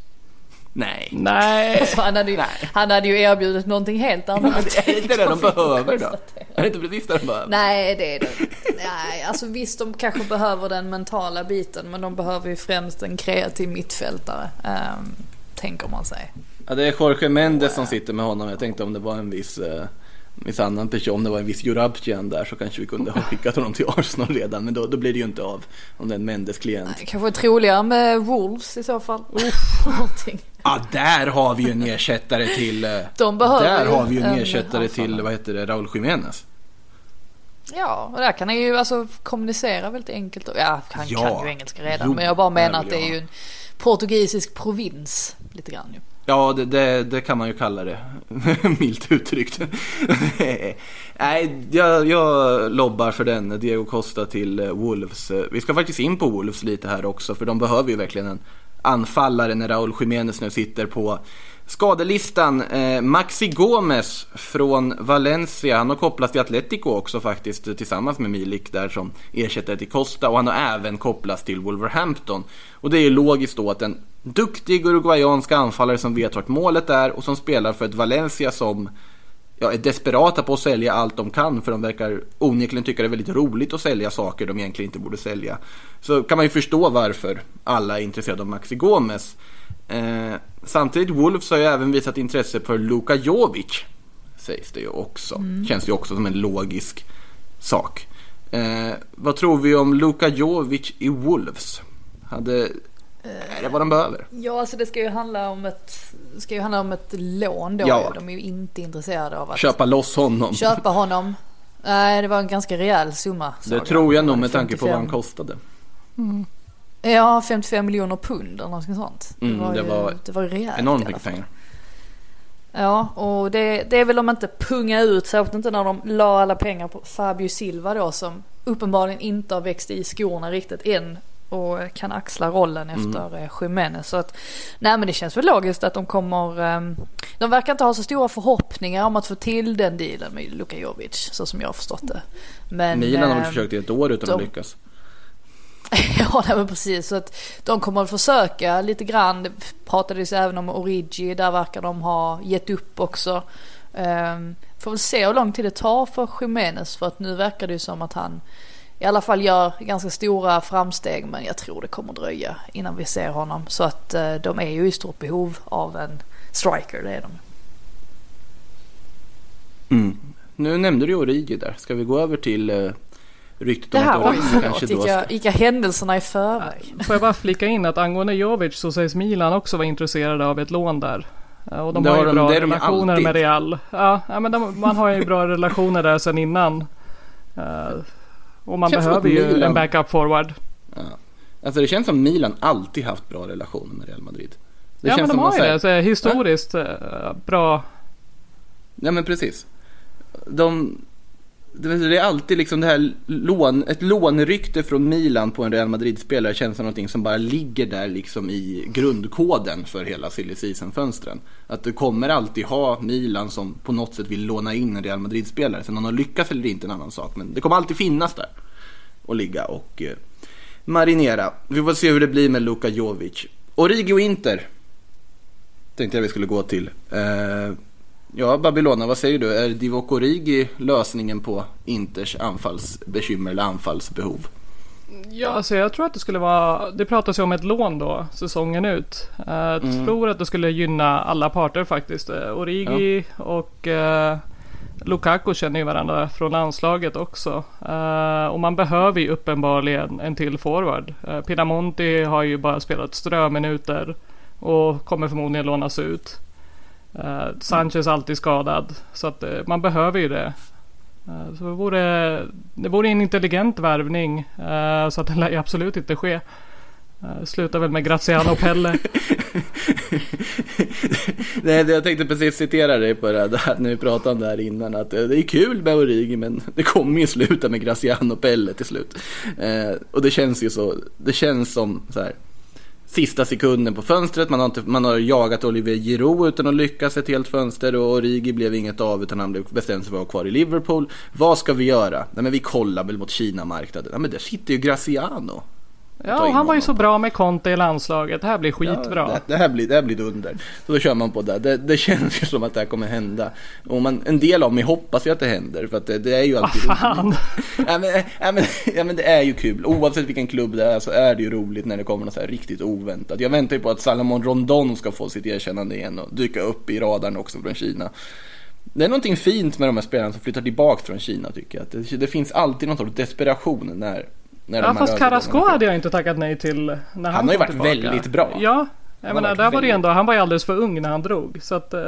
Nej. Alltså, han hade ju erbjudit någonting helt annat. Det är inte det de behöver då. Är det inte precis det de behöver? Nej, det är det. Nej, alltså visst, de kanske behöver den mentala biten, men de behöver ju främst en kreativ mittfältare, tänker man sig. Ja, det är Jorge Mendes som sitter med honom. Jag tänkte om det var en viss annan person, om det var en viss Jurabcian där, så kanske vi kunde ha skickat honom till Arsenal redan, men då blir det ju inte av om det är en Mendes klient. Nej, kanske troligare med Wolves i så fall. Ja, där har vi ju en ersättare till vad heter det, Raúl Jiménez. Ja, och där kan han ju alltså kommunicera väldigt enkelt. Ja, han kan ju engelska redan, men jag bara menar att det är ju en portugisisk provins lite grann ju. Ja, det kan man ju kalla det. Milt uttryckt. Nej, jag lobbar för den. Diego Costa till Wolves. Vi ska faktiskt in på Wolves lite här också, för de behöver ju verkligen en anfallare när Raúl Jiménez nu sitter på skadelistan. Maxi Gomez från Valencia, han har kopplats till Atletico också faktiskt, tillsammans med Milik där som ersättare till Costa, och han har även kopplats till Wolverhampton. Och det är ju logiskt då att en duktig uruguayansk anfallare som vet vart målet är och som spelar för ett Valencia som är desperata på att sälja allt de kan, för de verkar onekligen tycka det är väldigt roligt att sälja saker de egentligen inte borde sälja. Så kan man ju förstå varför alla är intresserade av Maxi Gomez. Samtidigt Wolves har ju även visat intresse för Luka Jovic, sägs det ju också. Känns ju också som en logisk sak. Vad tror vi om Luka Jovic i Wolves? Är det vad de behöver? Ja, alltså det ska ju handla om ett lån då. Ja. De är ju inte intresserade av att köpa loss honom. Köpa honom. Nej, det var en ganska rejäl summa. Det tror jag nog med tanke på vad han kostade. Ja, 55 miljoner pund eller något sånt. Det var rejält. Enormt mycket pengar. Ja, och det är väl om inte punga ut, särskilt inte när de la alla pengar på Fabio Silva då, som uppenbarligen inte har växt i skorna riktigt än och kan axla rollen efter Jiménez. Så att, nej, men det känns väl logiskt att de de verkar inte ha så stora förhoppningar om att få till den dealen med Luka Jovic, så som jag har förstått det. Men Milan har försökt i ett år utan att lyckas. Ja, nej, men precis. Så att de kommer att försöka lite grann. Det pratades även om Origi. Där verkar de ha gett upp också. Får väl se hur lång tid det tar för Jimenez. För att nu verkar det ju som att han i alla fall gör ganska stora framsteg. Men jag tror det kommer dröja innan vi ser honom. Så att de är ju i stort behov av en striker, det är de. Nu nämnde du Origi där. Ska vi gå över till ryktet det om här att Origi kanske då... gick händelserna i förväg. Får jag bara flika in att angående Jovic så sägs Milan också vara intresserade av ett lån där. Och de Det har har ju de- bra det är de relationer alltid. med Real. Ja, men man har ju bra relationer där sedan innan. Och man Känns som behöver att ju Milan- en backup forward. Ja. Alltså det känns som Milan alltid haft bra relationer med Real Madrid. Det Ja, känns men de som har att ju så här- det. Så historiskt bra. Ja, men precis. Det är alltid liksom det här ett lånrykte från Milan på en Real Madrid-spelare känns som någonting som bara ligger där liksom i grundkoden för hela silly season-fönstren. Att du kommer alltid ha Milan som på något sätt vill låna in en Real Madrid-spelare. Sen om de har lyckats eller inte en annan sak. Men det kommer alltid finnas där och ligga och marinera. Vi får se hur det blir med Luka Jovic. Origi och Inter tänkte jag vi skulle gå till. Ja, Babylona, vad säger du? Är Divock Origi lösningen på Inters anfallsbekymmer eller anfallsbehov? Ja, alltså jag tror att det skulle vara... Det pratas ju om ett lån då, säsongen ut. Jag tror att det skulle gynna alla parter faktiskt. Origi och Lukaku känner ju varandra från landslaget också. Och man behöver ju uppenbarligen en till forward. Pinamonti har ju bara spelat ströminuter och kommer förmodligen lånas ut. Sanchez är alltid skadad, så att man behöver ju det. Så det vore en intelligent värvning, så att den lär ju absolut inte ske. Slutar väl med Graziano Pelle. Nej, jag tänkte precis citera dig på det här när vi pratade om det här innan, att det är kul med Origi, men det kommer ju sluta med Graziano Pelle till slut. Och det känns ju så, det känns som så här sista sekunden på fönstret. Man har jagat Olivier Giroud utan att lyckas ett helt fönster, och Origi blev inget av utan han blev bestämd sig för att vara kvar i Liverpool. Vad ska vi göra? Nej, men vi kollar väl mot Kina-marknaden. Ja, men där sitter ju Graziano. Ja, och han var ju så bra med Conte i landslaget. Det här blir skitbra. Ja, det här blir dunder. Så då kör man på det. Det känns ju som att det här kommer hända. Och en del av mig hoppas ju att det händer, för att det är ju alltid fan. ja, men det är ju kul. Oavsett vilken klubb det är så är det ju roligt när det kommer något så här riktigt oväntat. Jag väntar ju på att Salomon Rondon ska få sitt erkännande igen och dyka upp i radarn också från Kina. Det är någonting fint med de här spelarna som flyttar tillbaka från Kina, tycker jag. Att det finns alltid någon sorts desperation när ja, fast Carrasco hade jag inte tackat nej till när han har ju varit tillbaka. väldigt bra. Ja, jag menar, där var det ändå, han var ju alldeles för ung när han drog. Så att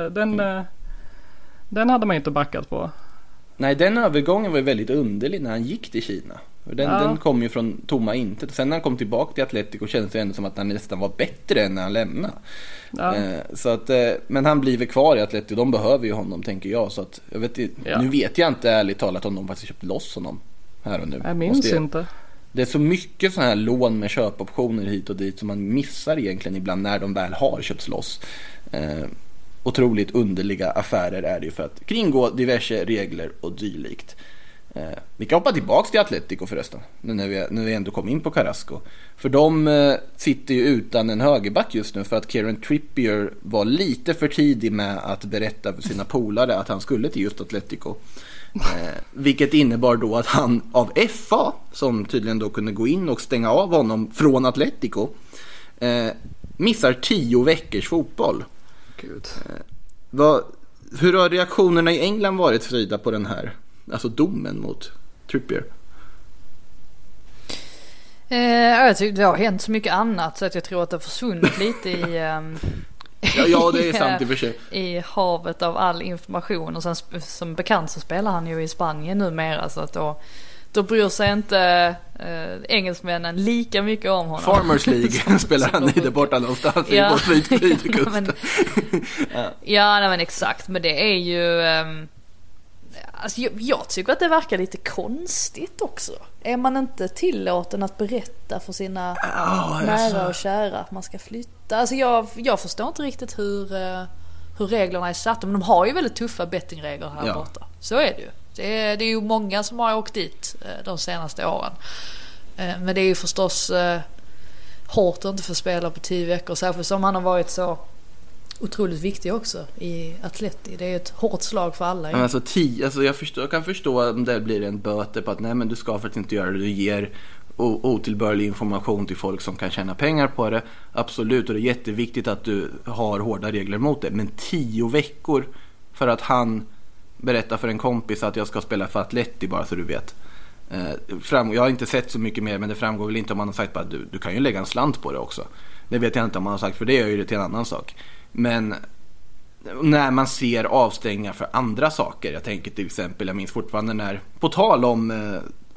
den hade man inte backat på. Nej, den övergången var ju väldigt underlig när han gick till Kina. Den kom ju från tomma intet. Sen när han kom tillbaka till Atletico kändes det ändå som att han nästan var bättre än när han lämnade. Ja. Så att, men han blir väl kvar i Atletico. De behöver ju honom, tänker jag. Så att, nu vet jag inte ärligt talat om de faktiskt köpt loss honom här och nu. Jag minns inte. Det är så mycket så här lån med köpoptioner hit och dit som man missar egentligen ibland när de väl har köpts loss. Otroligt underliga affärer är det ju för att kringgå diverse regler och dylikt. Vi kan hoppa tillbaka till Atletico förresten, när vi ändå kom in på Carrasco. För de sitter ju utan en högerback just nu, för att Kieran Trippier var lite för tidig med att berätta för sina polare att han skulle till just Atletico. Vilket innebar då att han av FA, som tydligen då kunde gå in och stänga av honom från Atletico, missar 10 veckors fotboll. Gud. Hur har reaktionerna i England varit, Frida, på den här, alltså domen mot Trippier? Jag tycker det har hänt så mycket annat så att jag tror att det har försvunnit lite i ja, det är sant i och för sig. i havet av all information. Och sen som bekant så spelar han ju i Spanien numera, så att då bryr sig inte engelsmännen lika mycket om honom. Farmers League spelar han i det borta någonstans på Sydkusten. Ja, men exakt. Men det är ju alltså jag tycker att det verkar lite konstigt också. Är man inte tillåten att berätta för sina nära och kära att man ska flytta? Alltså jag förstår inte riktigt hur reglerna är satta. Men de har ju väldigt tuffa bettingregler här borta. Så är det ju. Det är ju många som har åkt dit de senaste åren. Men det är ju förstås hårt att inte få spela på 10 veckor, särskilt som han har varit så otroligt viktig också i Atleti. Det är ett hårt slag för alla. Men alltså jag kan förstå om det blir en böter på att nej, men du ska faktiskt inte göra det. Du ger otillbörlig information till folk som kan tjäna pengar på det. Absolut, och det är jätteviktigt att du har hårda regler mot det. Men 10 veckor för att han berättar för en kompis att jag ska spela för Atleti, bara så du vet. Jag har inte sett så mycket mer, men det framgår väl inte om man har sagt att du kan ju lägga en slant på det också. Det vet jag inte om man har sagt, för det är ju det till en annan sak. Men när man ser avstängningar för andra saker, jag tänker till exempel, jag minns fortfarande när, på tal om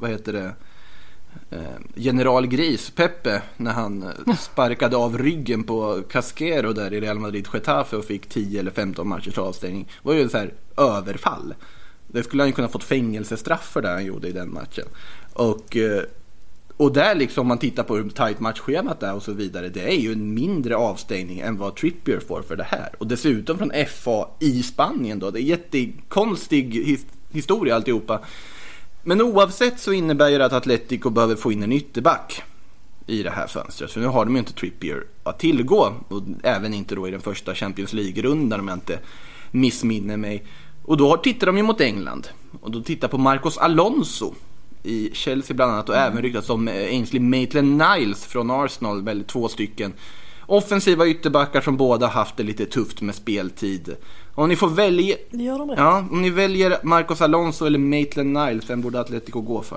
General Gris, Pepe, när han sparkade av ryggen på Casquero där i Real Madrid Getafe och fick 10 eller 15 matchers avstängning. Det var ju så här överfall. Det skulle han ju kunna fått fängelsestraff för det han gjorde i den matchen. Och där liksom, om man tittar på hur tight matchschemat är och så vidare, det är ju en mindre avstängning än vad Trippier får för det här. Och dessutom från FA i Spanien då. Det är jättekonstig historia alltihopa. Men oavsett så innebär ju det att Atletico behöver få in en ytterback i det här fönstret. För nu har de ju inte Trippier att tillgå. Och även inte då i den första Champions League-rundan, om jag inte missminner mig. Och då tittar de ju mot England. Och då tittar på Marcos Alonso i Chelsea bland annat. Och även ryktats om Ainsley Maitland-Niles från Arsenal. Väldigt 2 stycken offensiva ytterbackar som båda haft det lite tufft med speltid. Om ni får välja, om ni väljer Marcos Alonso eller Maitland-Niles, vem borde Atletico gå för?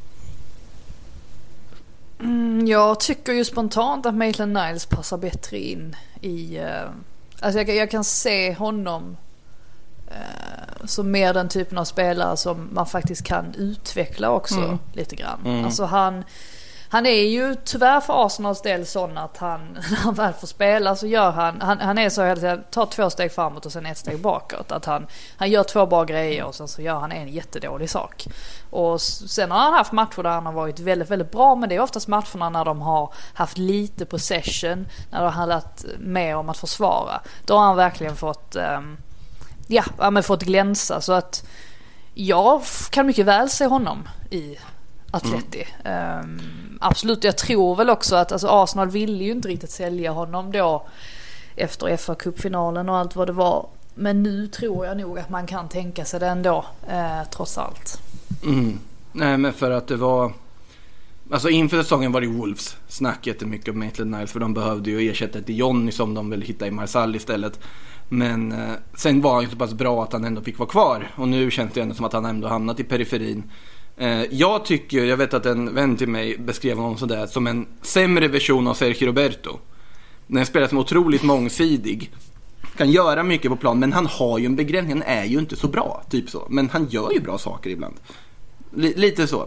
Jag tycker ju spontant att Maitland-Niles passar bättre in i... Alltså jag kan se honom som mer den typen av spelare som man faktiskt kan utveckla också lite grann. Alltså han är ju tyvärr för Arsenals del sån att när han väl får spela så gör han är så att tar 2 steg framåt och sen 1 steg bakåt. Att han gör 2 bra grejer och sen så gör han en jättedålig sak. Och sen har han haft matcher där han har varit väldigt, väldigt bra, men det är oftast matcherna när de har haft lite possession, när det har handlat mer om att försvara. Då har han verkligen fått fått glänsa, så att jag kan mycket väl se honom i Atleti. Absolut, jag tror väl också att Arsenal ville ju inte riktigt sälja honom då efter FA-cupfinalen och allt vad det var. Men nu tror jag nog att man kan tänka sig det ändå, trots allt. Nej, men för att det var... Alltså inför säsongen var det Wolves snack jättemycket om Maitland-Niles, för de behövde ju ersätta till Johnny som de ville hitta i Marsall istället. Men sen var han ju så pass bra att han ändå fick vara kvar. Och nu känns det ändå som att han ändå hamnat i periferin. Jag vet att en vän till mig beskrev honom sådär, som en sämre version av Sergio Roberto. Den spelar som otroligt mångsidig, kan göra mycket på plan, men han har ju en begränsning. Han är ju inte så bra, typ så. Men han gör ju bra saker ibland. Lite så.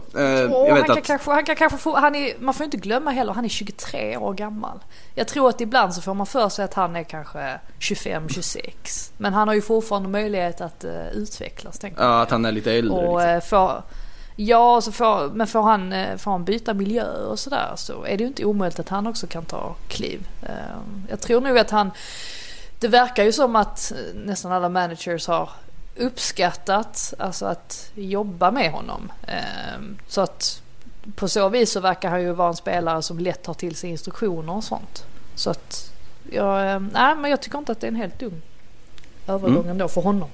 Man får inte glömma heller, han är 23 år gammal. Jag tror att ibland så får man för sig att han är kanske 25-26. Men han har ju fortfarande möjlighet att utvecklas, tänker jag. Ja, att han är lite äldre. Och får han byta miljö och sådär, så är det ju inte omöjligt att han också kan ta kliv. Jag tror nog att det verkar ju som att nästan alla managers har uppskattat att jobba med honom. Så att på så vis så verkar han ju vara en spelare som lätt tar till sig instruktioner och sånt. Så att men jag tycker inte att det är en helt dum övergång ändå för honom.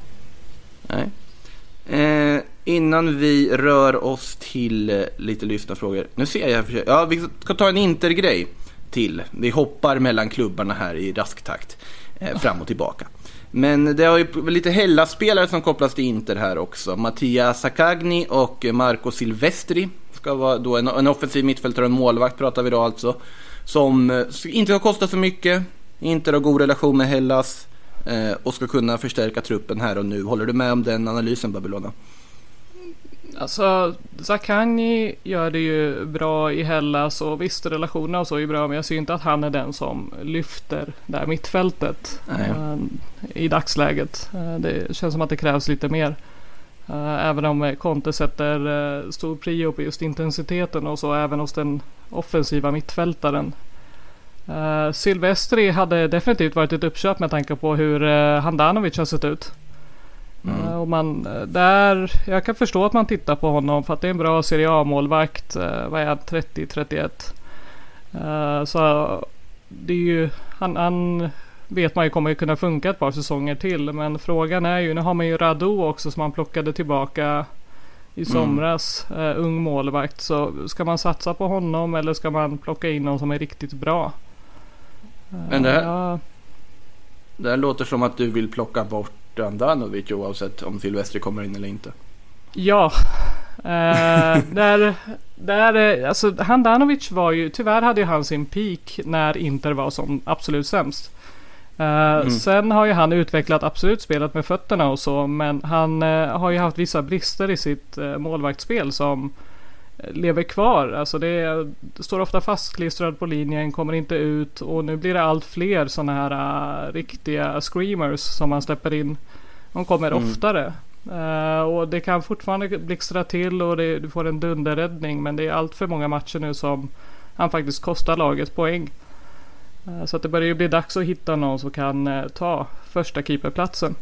Nej. Innan vi rör oss till lite lyssnarfrågor. Nu ser jag vi ska ta en intergrej till. Vi hoppar mellan klubbarna här i rask takt fram och tillbaka. Men det har ju lite Hellas-spelare som kopplas till Inter här också. Mattia Saccagni och Marco Silvestri ska vara då en offensiv mittfältare och en målvakt, pratar vi då alltså, som inte har kostat så mycket, inte har god relation med Hellas och ska kunna förstärka truppen här och nu. Håller du med om den analysen, Babylona? Alltså, Zaccagni gör det ju bra i Hellas och visst, relationerna och så är ju bra, men jag ser inte att han är den som lyfter det här mittfältet i dagsläget. Det känns som att det krävs lite mer. Även om Conte sätter stor prio på just intensiteten och så, även hos den offensiva mittfältaren. Silvestri hade definitivt varit ett uppköp med tanke på hur Handanovic har sett ut. Och jag kan förstå att man tittar på honom för att det är en bra Serie A-målvakt. Vad är han? 30-31. Så det är ju, han vet man ju kommer kunna funka ett par säsonger till. Men frågan är ju, nu har man ju Radu också som man plockade tillbaka i somras. Ung målvakt. Så ska man satsa på honom eller ska man plocka in någon som är riktigt bra? Men det här låter som att du vill plocka bort Handanovic oavsett om Silvestri kommer in eller inte. Ja. Alltså Handanovic var ju, tyvärr hade ju han sin peak när Inter var som absolut sämst. Sen har ju han utvecklat absolut spelet med fötterna och så, men han har ju haft vissa brister i sitt målvaktsspel som lever kvar. Alltså det står ofta fastklistrad på linjen, kommer inte ut, och nu blir det allt fler sådana här riktiga screamers som han släpper in. De kommer oftare. Och det kan fortfarande blixtra till och du får en dunderräddning, men det är allt för många matcher nu som han faktiskt kostar laget poäng. Så att det börjar ju bli dags att hitta någon som kan ta första keeperplatsen.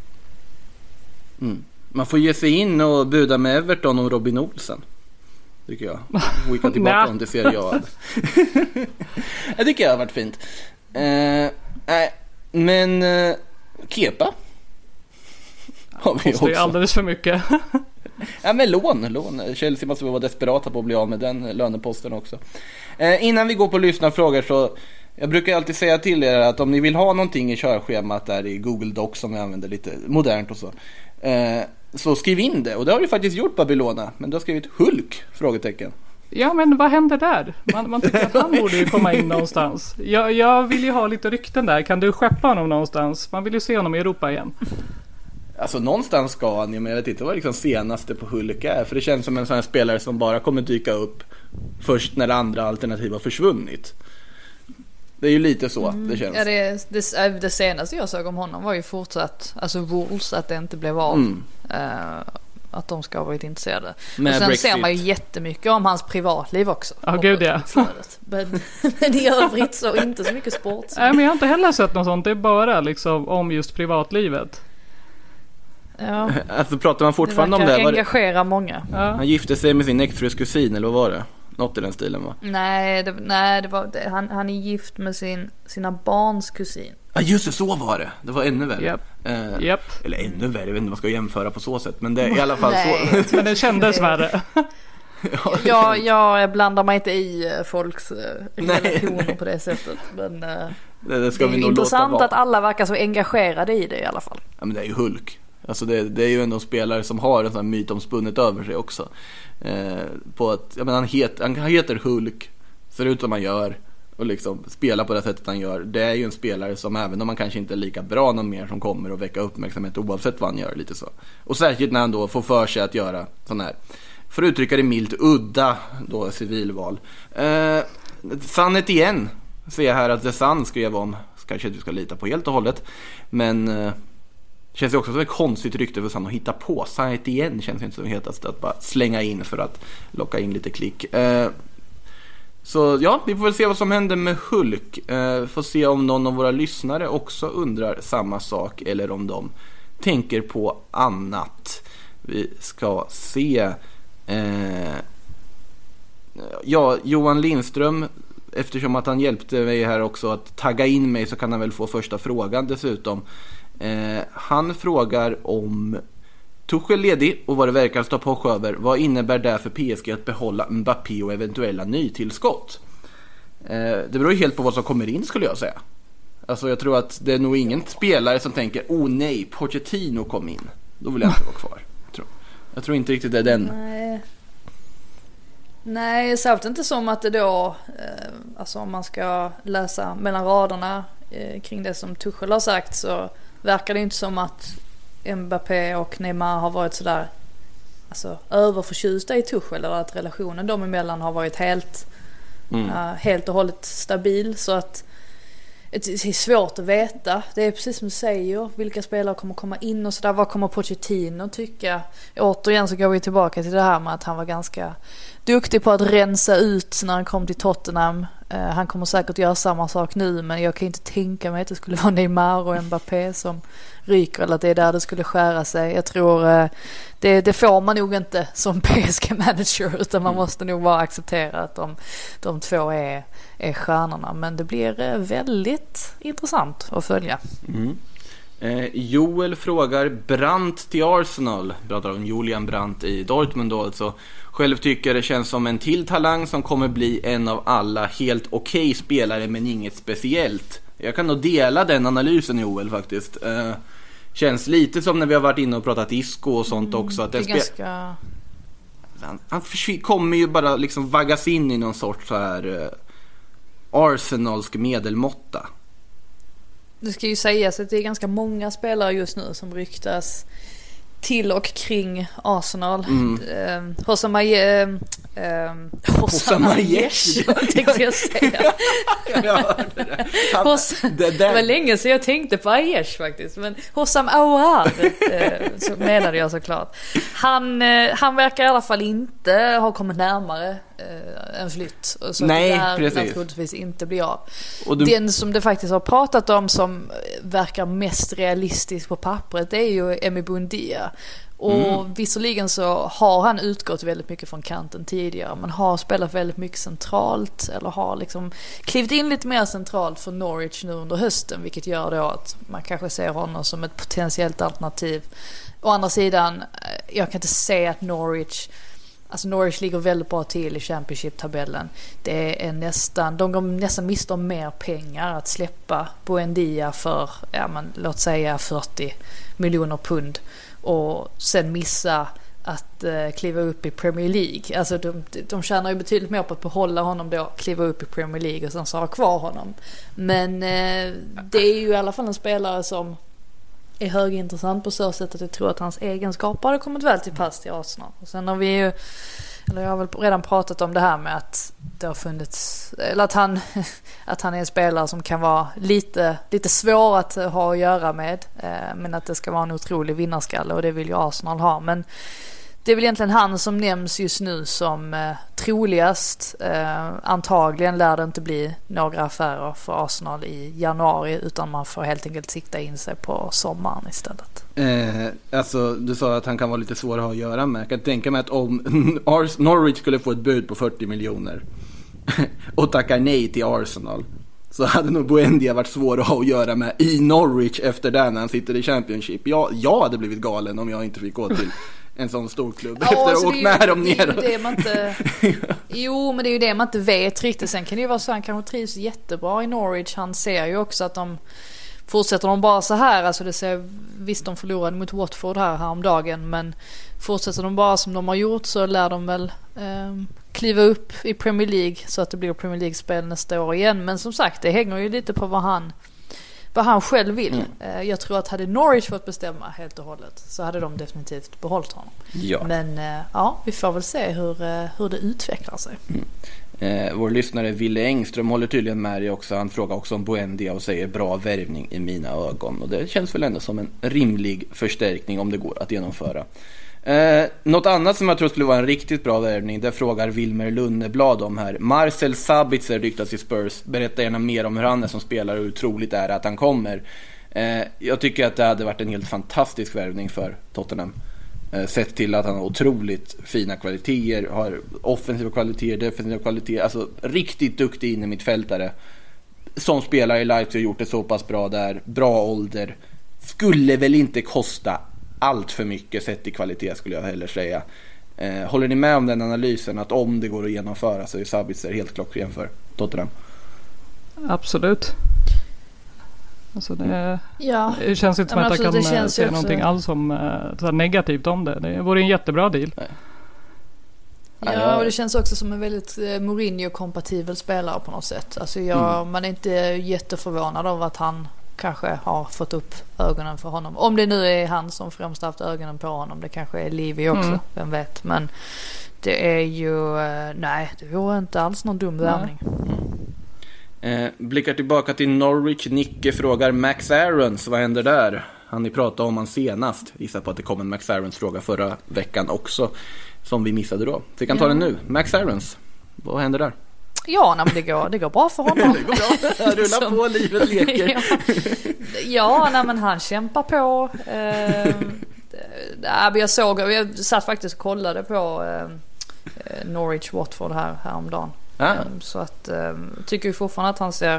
Man får ge sig in och buda med Everton och Robin Olsen, tycker jag. Skicka tillbaka honom till Serie A. Jag tycker det har varit fint. Men Kepa har vi också. Det är alldeles för mycket. Ja, men lån. Chelsea måste vara desperata på att bli av med den löneposten också. Innan vi går på lyssnarfrågor så jag brukar alltid säga till er att om ni vill ha någonting i körschemat där i Google Docs som vi använder lite modernt och så skriv in det. Och det har vi faktiskt gjort, Babylona. Men du har skrivit Hulk? Frågetecken. Ja, men vad händer där? Man tycker att han borde ju komma in någonstans. Jag vill ju ha lite rykten där. Kan du skeppa honom någonstans? Man vill ju se honom i Europa igen. Alltså någonstans ska han ju, men jag vet inte vad liksom senaste på Hulk är. För det känns som en sån här spelare som bara kommer dyka upp först när andra alternativ har försvunnit. Det är ju lite så det känns. Ja, det senaste jag såg om honom var ju fortsatt, alltså Wolves, att det inte blev av. Att de ska ha varit intresserade. Men sen ser man ju jättemycket om hans privatliv också. Ja, gud ja. Men i övrigt så inte så mycket sport. Nej, men jag har inte heller sett något sånt. Det är bara liksom om just privatlivet. Ja. Alltså pratar man fortfarande om det? Det engagerar många. Ja. Han gifte sig med sin exfrus kusin, eller vad var det? Något i den stilen, va? Nej, det var han är gift med sina barns kusin. Ja, just det, så var det. Det var ännu värre. Yep. Eller ännu värre, jag vet inte vad man ska jämföra på så sätt. Men det är i alla fall så. Men det kändes värre. Jag blandar mig inte i folks relationer på det sättet. Men det ska det är vi nog intressant låta att alla verkar så engagerade i det i alla fall. Ja, men det är ju Hulk. Alltså det är ju ändå en spelare som har en sån här mytomspunnet över sig också. På att, jag menar, han heter Hulk, ser ut som han gör och liksom spelar på det sättet han gör. Det är ju en spelare som, även om man kanske inte är lika bra någon mer, som kommer att väcka uppmärksamhet oavsett vad han gör, lite så. Och särskilt när han då får för sig att göra sån här, för att uttrycka det milt, udda då civilval. Sannet igen ser jag här att The Sun skrev om. Kanske att vi ska lita på helt och hållet, men känns det också som ett konstigt rykte för Sann att hitta på. Sannet igen känns inte som det hetast att bara slänga in för att locka in lite klick. Så ja, vi får väl se vad som händer med Hulk. Får se om någon av våra lyssnare också undrar samma sak, eller om de tänker på annat. Vi ska se. Ja, Johan Lindström, eftersom att han hjälpte mig här också att tagga in mig, så kan han väl få första frågan dessutom. Han frågar om Tuchel ledig och vad det verkar stå på över. Vad innebär det för PSG att behålla Mbappé och eventuella nytillskott? Det beror ju helt på vad som kommer in, skulle jag säga. Alltså jag tror att det är nog ingen spelare som tänker nej, Pochettino kom in, då vill jag inte vara kvar. Jag tror inte riktigt det är den. Nej, särskilt inte som att det då, alltså om man ska läsa mellan raderna kring det som Tuchel har sagt, så verkar det inte som att Mbappé och Neymar har varit sådär alltså överförtjusta i Tuchel, eller att relationen dem emellan har varit helt och hållet stabil. Så att det är svårt att veta. Det är precis som du säger, vilka spelare kommer komma in och sådär. Vad kommer Pochettino tycka? Återigen så går vi tillbaka till det här med att han var ganska duktig på att rensa ut när han kom till Tottenham. Han kommer säkert göra samma sak nu, men jag kan inte tänka mig att det skulle vara Neymar och Mbappé som ryker, eller att det är där det skulle skära sig. Jag tror det får man nog inte som PSG-manager, utan man måste nog bara acceptera att de två är stjärnorna. Men det blir väldigt intressant att följa. Joel frågar Brandt till Arsenal. Pratar om Julian Brandt i Dortmund då alltså. Själv tycker det känns som en till talang som kommer bli en av alla helt okej spelare, men inget speciellt. Jag kan nog dela den analysen, Joel, faktiskt. Känns lite som när vi har varit inne och pratat Isco och sånt också. Att han kommer ju bara liksom vaggas in i någon sorts så här Arsenalsk medelmåtta. Det ska ju sägas att det är ganska många spelare just nu som ryktas till och kring Arsenal. Hossam Aiesh tänkte jag säga. Det var länge sedan jag tänkte på Aiesh faktiskt. Men Hossam Aouar så menade jag såklart. Han verkar i alla fall inte ha kommit närmare en flytt. Så nej, det precis. naturligtvis inte blir av. Den som det faktiskt har pratat om som verkar mest realistisk på pappret, det är ju Emi Buendia. Och visserligen så har han utgått väldigt mycket från kanten tidigare, men har spelat väldigt mycket centralt, eller har liksom klivit in lite mer centralt för Norwich nu under hösten, vilket gör då att man kanske ser honom som ett potentiellt alternativ. Å andra sidan, jag kan inte säga att Norwich ligger väldigt bra till i Championship-tabellen. Det är de går nästan miste om mer pengar att släppa Buendia för, låt säga 40 miljoner pund, och sen missa att kliva upp i Premier League. Alltså de tjänar ju betydligt mer på att behålla honom då, kliva upp i Premier League och sen så ha kvar honom. Men det är ju i alla fall en spelare som är högintressant på så sätt att jag tror att hans egenskaper hade kommit väl till pass till Arsenal. Och sen har jag har väl redan pratat om det här med att det har funnits, eller att han är en spelare som kan vara lite svår att ha att göra med, men att det ska vara en otrolig vinnarskalle, och det vill ju Arsenal ha. Men det är väl egentligen han som nämns just nu som troligast. Antagligen lär det inte bli några affärer för Arsenal i januari, utan man får helt enkelt sikta in sig på sommaren istället. Alltså du sa att han kan vara lite svår att ha att göra med. Jag kan tänka mig att om Norwich skulle få ett bud på 40 miljoner och tackar nej till Arsenal, så hade nog Buendia varit svår att ha att göra med i Norwich efter det, när han sitter i Championship. Jag hade blivit galen om jag inte fick gå till en sån stor klubb efter att ha åkt med dem ner. Jo, men det är ju det man inte vet riktigt. Sen kan det ju vara så att han kanske trivs jättebra i Norwich. Han ser ju också att fortsätter de bara så här, alltså visst de förlorade mot Watford häromdagen, men fortsätter de bara som de har gjort, så lär de väl kliva upp i Premier League, så att det blir Premier League-spel nästa år igen. Men som sagt, det hänger ju lite på vad han själv vill. Jag tror att hade Norwich fått bestämma helt och hållet, så hade de definitivt behållit honom. Ja. Men vi får väl se hur det utvecklar sig. Vår lyssnare Ville Engström håller tydligen med dig också. Han frågar också om Buendia och säger bra värvning i mina ögon. Och det känns väl ändå som en rimlig förstärkning om det går att genomföra. Något annat som jag tror skulle vara en riktigt bra värvning, det frågar Wilmer Lunneblad om här. Marcel Sabitzer ryktas i Spurs. Berätta gärna mer om hur han är som spelare och hur troligt är att han kommer. Jag tycker att det hade varit en helt fantastisk värvning för Tottenham. Sett till att han har otroligt fina kvaliteter, har offensiva kvaliteter, defensiva kvaliteter, alltså riktigt duktig in i mittfältare som spelar i Leipzig och gjort det så pass bra där, bra ålder, skulle väl inte kosta allt för mycket sett i kvalitet, skulle jag heller säga. Håller ni med om den analysen, att om det går att genomföra så är Sabitzer helt klockren för Tottenham? Absolut. Alltså det känns inte som att jag kan säga någonting alls som negativt om det. Det vore en jättebra deal. Ja, och det känns också som en väldigt Mourinho-kompatibel spelare på något sätt. Alltså man är inte jätteförvånad av att han kanske har fått upp ögonen för honom. Om det nu är han som främst haft ögonen på honom. Det kanske är Levy också, vem vet. Men det är ju, det vore inte alls någon dum värvning. Blickar tillbaka till Norwich. Nicke frågar Max Aarons, vad händer där? Han ni pratade om han senast. Gissar på att det kom en Max Aarons fråga förra veckan också, som vi missade då. Så vi kan ta den nu. Max Aarons, vad händer där? Ja, nej, men det går bra för honom. Det går bra, rulla på, livet leker. Ja, nej, men han kämpar på. Jag satt faktiskt och kollade på Norwich Watford häromdagen. Så att tycker ju fortfarande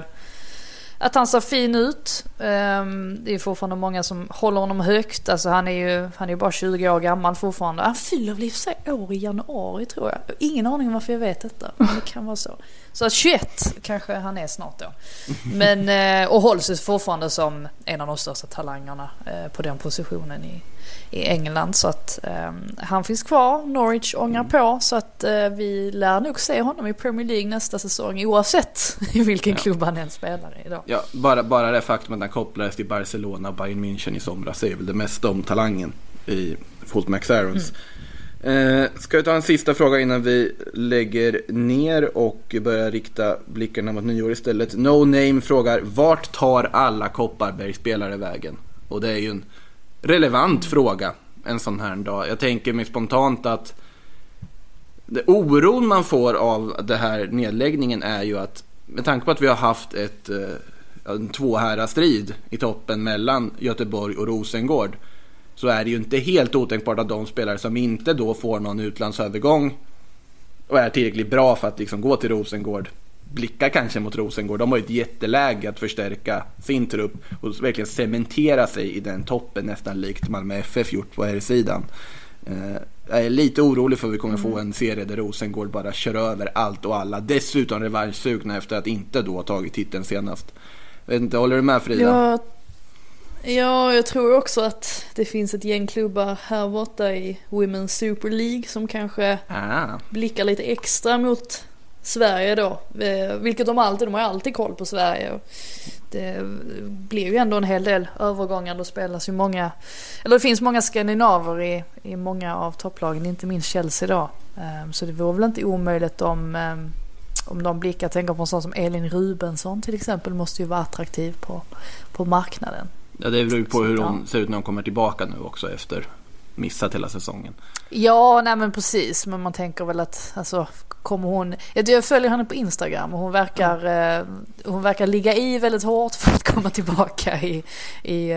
att han ser fin ut. Det är fortfarande många som håller honom högt. Alltså han är ju bara 20 år gammal fortfarande. Han fyller väl i sig år i januari, tror jag. Ingen aning om varför jag vet detta, men det kan vara så. Så att 21 kanske han är snart då. Men och hålls ju fortfarande som en av de största talangerna på den positionen i England. Så att han finns kvar. Norwich ångar på, så att vi lär nog se honom i Premier League nästa säsong, oavsett i vilken klubb han än spelar i idag. Ja, bara det faktum att han kopplades till Barcelona och Bayern München i somras säger väl det mesta om talangen i Holt McSarons. Ska vi ta en sista fråga innan vi lägger ner och börjar rikta blickarna mot nyår istället. No Name frågar: vart tar alla Kopparbergsspelare vägen? Och det är ju en relevant fråga en sån här dag. Jag tänker mig spontant att det oron man får av det här nedläggningen är ju att, med tanke på att vi har haft en tvåherrastrid i toppen mellan Göteborg och Rosengård, så är det ju inte helt otänkbart att de spelare som inte då får någon utlandsövergång och är tillräckligt bra för att liksom gå till Rosengård blickar kanske mot Rosengård. De har ju ett jätteläge att förstärka sin trupp och verkligen cementera sig i den toppen, nästan likt Malmö FF gjort på här sidan. Jag är lite orolig för att vi kommer få en serie där Rosengård bara kör över allt och alla. Dessutom revanschsugna efter att inte då ha tagit titeln senast. Jag vet inte, håller du med, Frida? Ja, jag tror också att det finns ett gäng klubbar här borta i Women's Super League som kanske blickar lite extra mot Sverige då, vilket de har ju alltid koll på Sverige. Det blir ju ändå en hel del övergångar. Då spelas ju många, eller det finns många skandinaver i många av topplagen, inte minst Chelsea då. Så det vore väl inte omöjligt om de blickar, tänker på en sån som Elin Rubensson till exempel, måste ju vara attraktiv på marknaden. Ja, det beror ju på hur hon ser ut när hon kommer tillbaka nu också efter missat hela säsongen. Ja, nej men precis, men man tänker väl att alltså, kommer hon, jag följer henne på Instagram och hon verkar ligga i väldigt hårt för att komma tillbaka i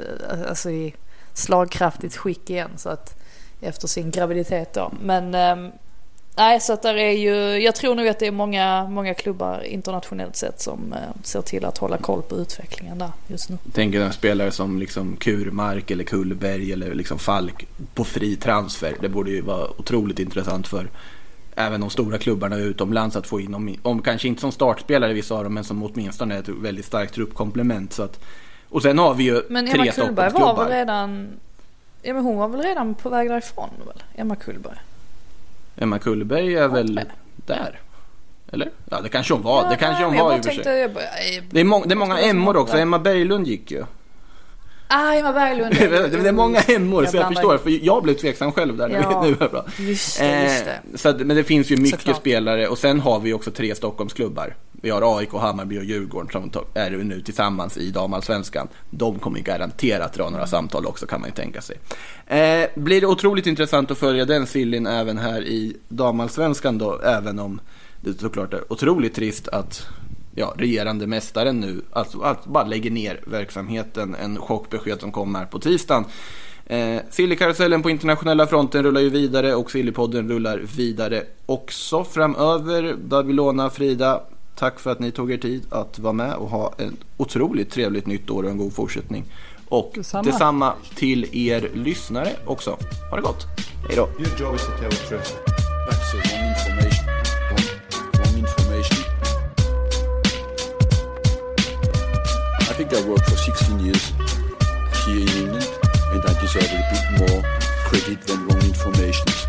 slagkraftigt skick igen, så att efter sin graviditet då. Men nej, så att där är ju, jag tror nog att det är många klubbar internationellt sett som ser till att hålla koll på utvecklingen där just nu. Tänker en spelare som liksom Kurmark eller Kullberg eller liksom Falk på fri transfer. Det borde ju vara otroligt intressant för även de stora klubbarna utomlands att få in om kanske inte som startspelare vissa av dem, men som åtminstone är ett väldigt starkt truppkomplement. Så att, och sen har vi ju men 3 Stockholmsklubbar. Men var väl redan, ja, men hon var väl redan på väg därifrån väl? Emma Kullberg är väl där? Eller? Ja, det kanske hon var. Ja, det kanske hon var i och för sig. Det är många Emmor också. Emma Berglund gick ju. Emma Berglund. Det är många Emmor, så jag förstår. För jag blev tveksam själv där. Ja, nu är det bra. Just det. Så att, men det finns ju mycket spelare. Och sen har vi också 3 Stockholmsklubbar. Vi har AIK, Hammarby och Djurgården som är nu tillsammans i damallsvenskan. De kommer garanterat dra några samtal också, kan man ju tänka sig. Blir det otroligt intressant att följa den sillen även här i damallsvenskan då, även om det såklart är otroligt trist att regerande mästaren nu alltså bara lägger ner verksamheten. En chockbesked som kommer här på tisdagen. Sillykarusellen på internationella fronten rullar ju vidare och Sillypodden rullar vidare också framöver. Davilona, Frida, tack för att ni tog er tid att vara med och ha ett otroligt trevligt nytt år och en god fortsättning. Och detsamma till er lyssnare också. Ha det gott. Hej då. Your job is to tell the truth. That's wrong information. Wrong information. I think I worked for 16 years here in England and I deserve a bit more credit than wrong information.